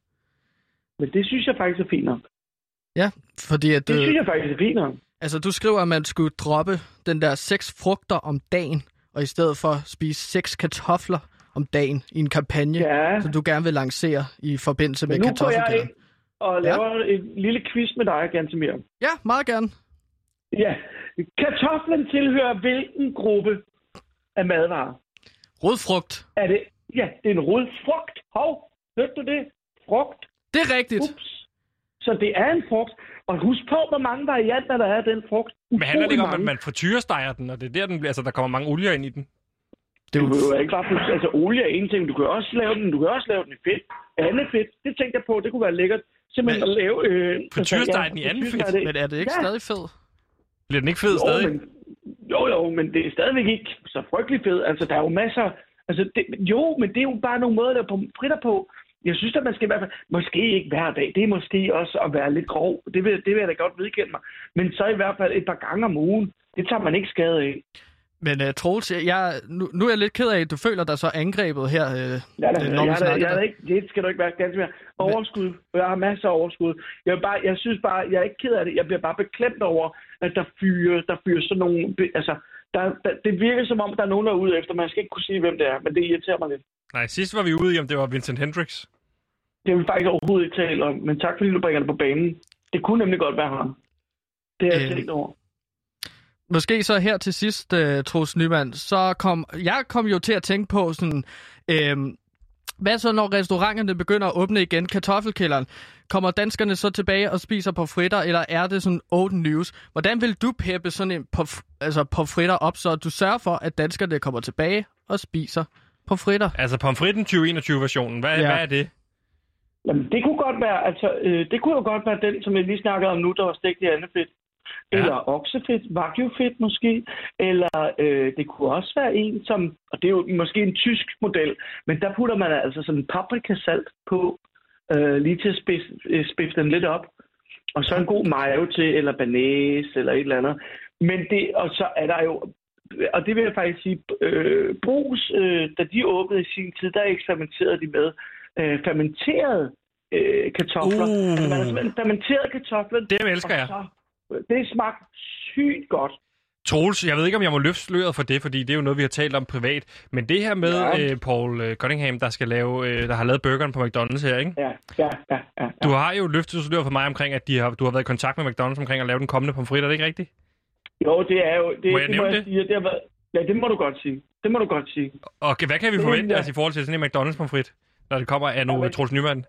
I: Men det synes jeg faktisk er fint nok.
B: Ja, fordi at...
I: Det synes jeg faktisk er fint nok.
B: Altså, du skriver, at man skulle droppe den der seks frugter om dagen, og i stedet for spise seks kartofler om dagen i en kampagne, ja. som du gerne vil lancere i forbindelse med kartoffelkæden.
I: Nu går jeg og laver ja. en lille quiz med dig, Gantemir.
B: Ja, meget gerne.
I: Ja. Kartoflen tilhører hvilken gruppe af madvarer?
B: Rodfrugt.
I: Er det? Ja, det er en rodfrugt. Hov, hørte du det? Frugt.
B: Det er rigtigt.
I: Ups. Så det er en frugt. Og husk på, hvor mange varianter der er den frugt.
A: Men handler det ikke om, at man frityresteger den, og det er der, den bliver, altså, der kommer mange olier ind i den?
I: Det er jo ikke bare, altså olie er en ting, du kan også lave den, du kan også lave den i fedt. Andet fedt, det tænkte jeg på, det kunne være lækkert. Simpelthen men, at lave... Øh,
A: frityresteg den i anden fedt?
B: Men er det ikke ja. stadig fed?
A: Bliver den ikke fed jo, stadig?
I: Men, jo, jo, men det er stadigvæk ikke så frygtelig fed. Altså, der er jo masser... Altså, det, jo, men det er jo bare nogle måder, der er fritter på. Jeg synes, at man skal i hvert fald, måske ikke hver dag, det er måske også at være lidt grov, det vil, det vil jeg da godt vedkende mig, men så i hvert fald et par gange om ugen, det tager man ikke skade af.
B: Men uh, Troels, jeg, nu, nu er jeg lidt ked af, at du føler dig så angrebet her, uh,
I: ja, da, når jeg, jeg, jeg er ikke, det skal du ikke være ganske mere. Overskud, jeg har masser af overskud. Jeg, vil bare, jeg synes bare, jeg er ikke ked af det, jeg bliver bare beklemt over, at der fyrer, der fyrer sådan nogle, altså, der, der, det virker som om, der er nogen, der er ude efter, man skal ikke kunne sige, hvem det er, men det irriterer mig lidt.
A: Nej, sidst var vi ude i, om det var Vincent Hendricks.
I: Det vil faktisk overhovedet ikke tale om, men tak fordi du bringer det på banen. Det kunne nemlig godt være ham. Det er jeg øh, tænkt over.
B: Måske så her til sidst, uh, Troels Nyman, så kom jeg kom jo til at tænke på sådan, øh, hvad så når restauranterne begynder at åbne igen, kartoffelkælderen? Kommer danskerne så tilbage og spiser pomfritter, eller er det sådan old news? Hvordan vil du peppe sådan en pomf- altså pomfritter op, så du sørger for, at danskerne kommer tilbage og spiser pomfritter?
A: Altså pomfritten tyve enogtyve-versionen, hvad, ja. hvad er det?
I: Jamen, det kunne godt være, altså, øh, det kunne jo godt være den, som jeg lige snakkede om nu, der var stegt i andet fedt. Ja. Eller oksefedt, wagyu-fedt måske. Eller øh, det kunne også være en, som, og det er jo måske en tysk model, men der putter man altså sådan paprikasalt på, øh, lige til at spidse, spidse den lidt op. Og så en god mayo til, eller banæs, eller et eller andet. Men det, og så er der jo, og det vil jeg faktisk sige, øh, Brugs, øh, da de åbnede i sin tid, der eksperimenterede de med øh, fermenterede øh, kartofler. Uh. Altså, man har fermenteret kartofler.
A: Det elsker jeg.
I: Så, det smagte sygt godt.
A: Troels, jeg ved ikke, om jeg må løfte sløret for det, fordi det er jo noget, vi har talt om privat. Men det her med ja. øh, Paul Cunningham, der skal lave, øh, der har lavet burgeren på McDonald's her, ikke?
I: Ja, ja, ja. ja, ja.
A: Du har jo løftet sløret for mig omkring, at de har, du har været i kontakt med McDonald's omkring at lave den kommende pomfrit, er det ikke rigtigt?
I: Jo, det er jo... Det,
A: må jeg
I: det
A: nævne
I: må jeg
A: det?
I: sige, det har været, ja, det må du godt sige. Det må du godt sige.
A: Og hvad kan vi forvente altså, i forhold til sådan en McDonald's pomfrit, når det kommer af nu, ja, Troels Nyman?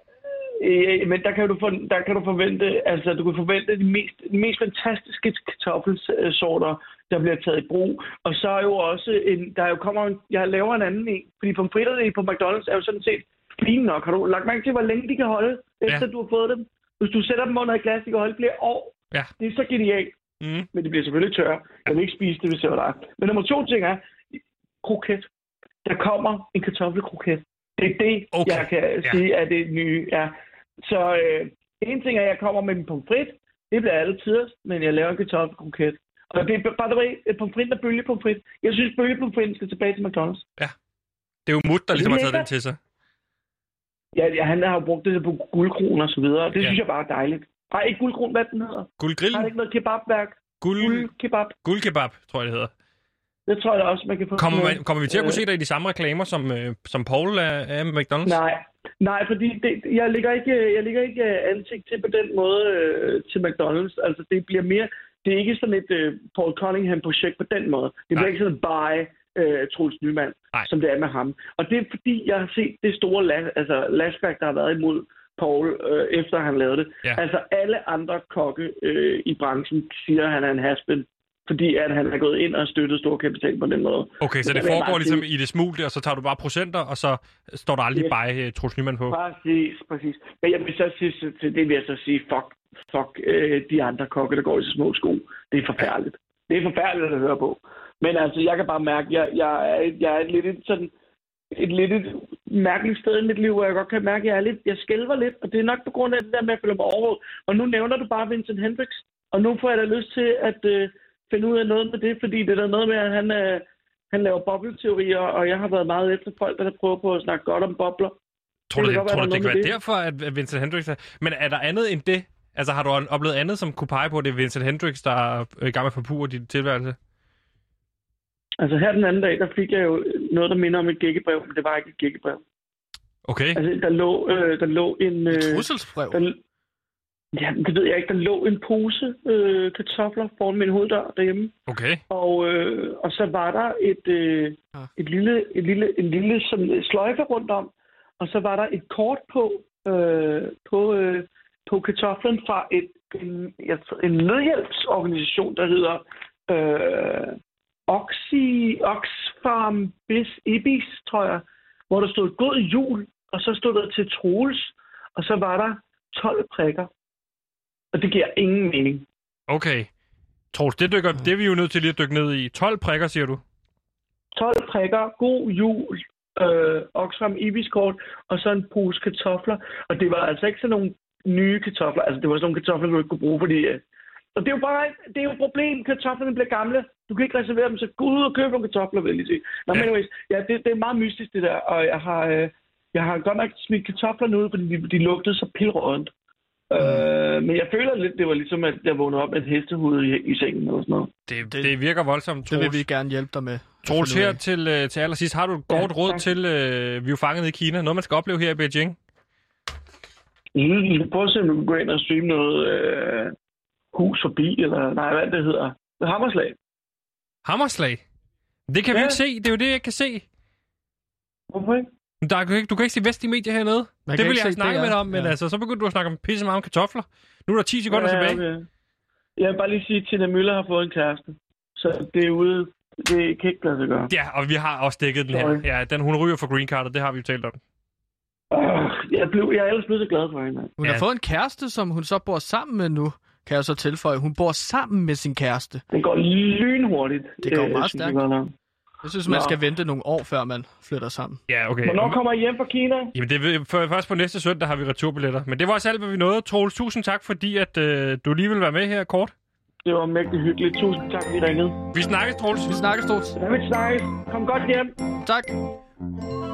I: Øh, men der kan, du for, der kan du forvente, altså du kan forvente de mest, de mest fantastiske kartoffelsorter, der bliver taget i brug. Og så er jo også en, der jo kommer en, jeg laver en anden en, fordi pomfritterne på McDonald's er jo sådan set fine nok. Har du lagt mærke til, hvor længe de kan holde, efter ja. du har fået dem? Hvis du sætter dem under et glas, de kan holde flere år.
A: Ja.
I: Det er så genialt. Mm. Men det bliver selvfølgelig tørre. Jeg vil ikke spise det, hvis jeg var der. Men nummer to ting er, kroket. Der kommer en kartoffelkroket. Det er det, okay. jeg kan ja. sige, er det nye. Ja. Så øh, en ting er, at jeg kommer med en pomfrit. Det bliver alle tider, men jeg laver en kartoffelkroket. Og det er by the way, et pomfrit og bølgepomfrit. Jeg synes, bølgepomfritten skal tilbage til McDonald's.
A: Ja. Det er jo Mut, der ligesom har taget den til sig.
I: Ja, ja, han har jo brugt det på guldkron og så videre. Det ja. synes jeg bare er dejligt. Nej, ikke guldkron, hvad den hedder?
A: Guldgrill?
I: Har det ikke noget kebabværk?
A: Guld...
I: Guldkebab.
A: Guldkebab, tror jeg, det hedder.
I: Det tror jeg også, man kan få.
A: Kommer, man, kommer vi til at kunne se dig i de samme reklamer, som, øh, som Paul er, er med McDonald's?
I: Nej, nej, fordi det, jeg lægger ikke, jeg lægger ikke ansigt til på den måde øh, til McDonald's. Altså, det bliver mere, det er ikke sådan et øh, Paul Cunningham-projekt på den måde. Det bliver nej. ikke sådan et by øh, Troels Nyman, nej. som det er med ham. Og det er fordi, jeg har set det store las, altså, lashback, der har været imod Paul, øh, efter han lavede det. Ja. Altså, alle andre kokke øh, i branchen siger, at han er en has-been. Fordi at han er gået ind og støttet stor kapital på den måde.
A: Okay, så det foregår ligesom i det smugte, og så tager du bare procenter, og så står der aldrig yes. bare uh, Troels Nyman på?
I: Præcis, præcis. Men jeg vil så sige, til det vil jeg så sige, fuck, fuck øh, de andre kokke, der går i så små sko. Det er forfærdeligt. Det er forfærdeligt at høre på. Men altså, jeg kan bare mærke, jeg, jeg, er, jeg er lidt et, sådan, et lidt et mærkeligt sted i mit liv, hvor jeg godt kan mærke, at jeg, er lidt, jeg skælver lidt, og det er nok på grund af det der med at følge mig overhovedet. Og nu nævner du bare Vincent Hendricks, og nu får jeg da lyst til at... Øh, finde ud af noget med det, fordi det er der noget med, at han, øh, han laver bobleteorier, og jeg har været meget efter folk, der prøver på at snakke godt om bobler.
A: Tror du, det, det, tror du, det kan være det? derfor, at Vincent Hendricks er... Men er der andet end det? Altså, har du oplevet andet, som kunne pege på, at det er Vincent Hendricks, der er i gang med at forpure dit tilværelse?
I: Altså, her den anden dag, der fik jeg jo noget, der minder om et gækkebrev, men det var ikke et gækkebrev.
A: Okay.
I: Altså, der lå, øh, der lå en... Øh,
B: et trusselsbrev?
I: Der, ja, det ved jeg ikke. Der lå en pose øh, kartofler foran min hoveddør derhjemme.
A: Okay.
I: Og, øh, og så var der et, øh, ah. et lille, et lille, en lille sådan, sløjfe rundt om. Og så var der et kort på, øh, på, øh, på kartoflen fra et, en, en nødhjælpsorganisation, der hedder øh, Oxy, Oxfam Bis Ibis, tror jeg. Hvor der stod god jul, og så stod der til Troels, og så var der tolv prikker. Og det giver ingen mening.
A: Okay. Troels, det, dykker, det er vi jo nødt til lige at dykke ned i. tolv prikker, siger du?
I: tolv prikker, god jul, øh, Oxfam Ibis-kort, og så en pose kartofler. Og det var altså ikke sådan nogle nye kartofler. Altså, det var sådan nogle kartofler, du ikke kunne bruge, fordi... Øh, og det er jo bare det er jo et problem. Kartoflerne bliver gamle. Du kan ikke reservere dem, så gå ud og købe nogle kartofler, vil jeg lige sige. Nå, ja. Men anyways, ja, det, det er meget mystisk, det der. Og jeg har... Øh, Jeg har godt nok smidt kartoflerne ud, fordi de, de lugtede så pilrådent. Mm. Øh, men jeg føler lidt, det var ligesom, at jeg vågnede op med et hestehoved i, i sengen og sådan noget.
A: Det, det, det virker voldsomt, Troels.
B: Det vil vi gerne hjælpe dig med.
A: Troels, her til, til allersidst, har du et godt ja, råd tak. til, uh, vi er jo fanget i Kina, noget man skal opleve her i Beijing?
I: Mm, vi skal prøve at se, om vi kan gå ind og streame noget øh, hus forbi, eller nej, hvad det hedder. Hammerslag.
A: Hammerslag? Det kan ja. vi ikke se, det er jo det, jeg kan se.
I: Hvorfor ikke?
A: Der er, du kan ikke se vestlige medier hernede. Man det vil jeg snakke med dig om, men ja. altså, så begyndte du at snakke om pisse meget om kartofler. Nu er der ti sekunder ja, tilbage. Okay. Jeg
I: vil bare lige sige, at Tina Müller har fået en kæreste. Så det er ude. Det kan ikke lade sig gøre.
A: Ja, og vi har også dækket den her. Ja, den hun ryger for green card, det har vi jo talt om.
I: Uh, jeg, blev, jeg er ellers blevet så glad for hende.
B: Hun ja. har fået en kæreste, som hun så bor sammen med nu. Kan jeg så tilføje. Hun bor sammen med sin kæreste.
I: Det går lynhurtigt.
B: Det går meget stærkt. Jeg synes, man Nå. skal vente nogle år, før man flytter sammen.
A: Ja, okay.
I: Hvornår kommer I hjem fra Kina?
A: Jamen, det er, for, først på næste søndag har vi returbilletter. Men det var også alt, hvad vi nåede. Troels, tusind tak, fordi at, øh, du lige vil være med her kort.
I: Det var mægtigt hyggeligt. Tusind tak, fordi I ringede.
A: Vi snakkes, Troels.
B: Vi snakkes, Troels.
I: Ja, vi snakkes. Kom godt hjem.
B: Tak.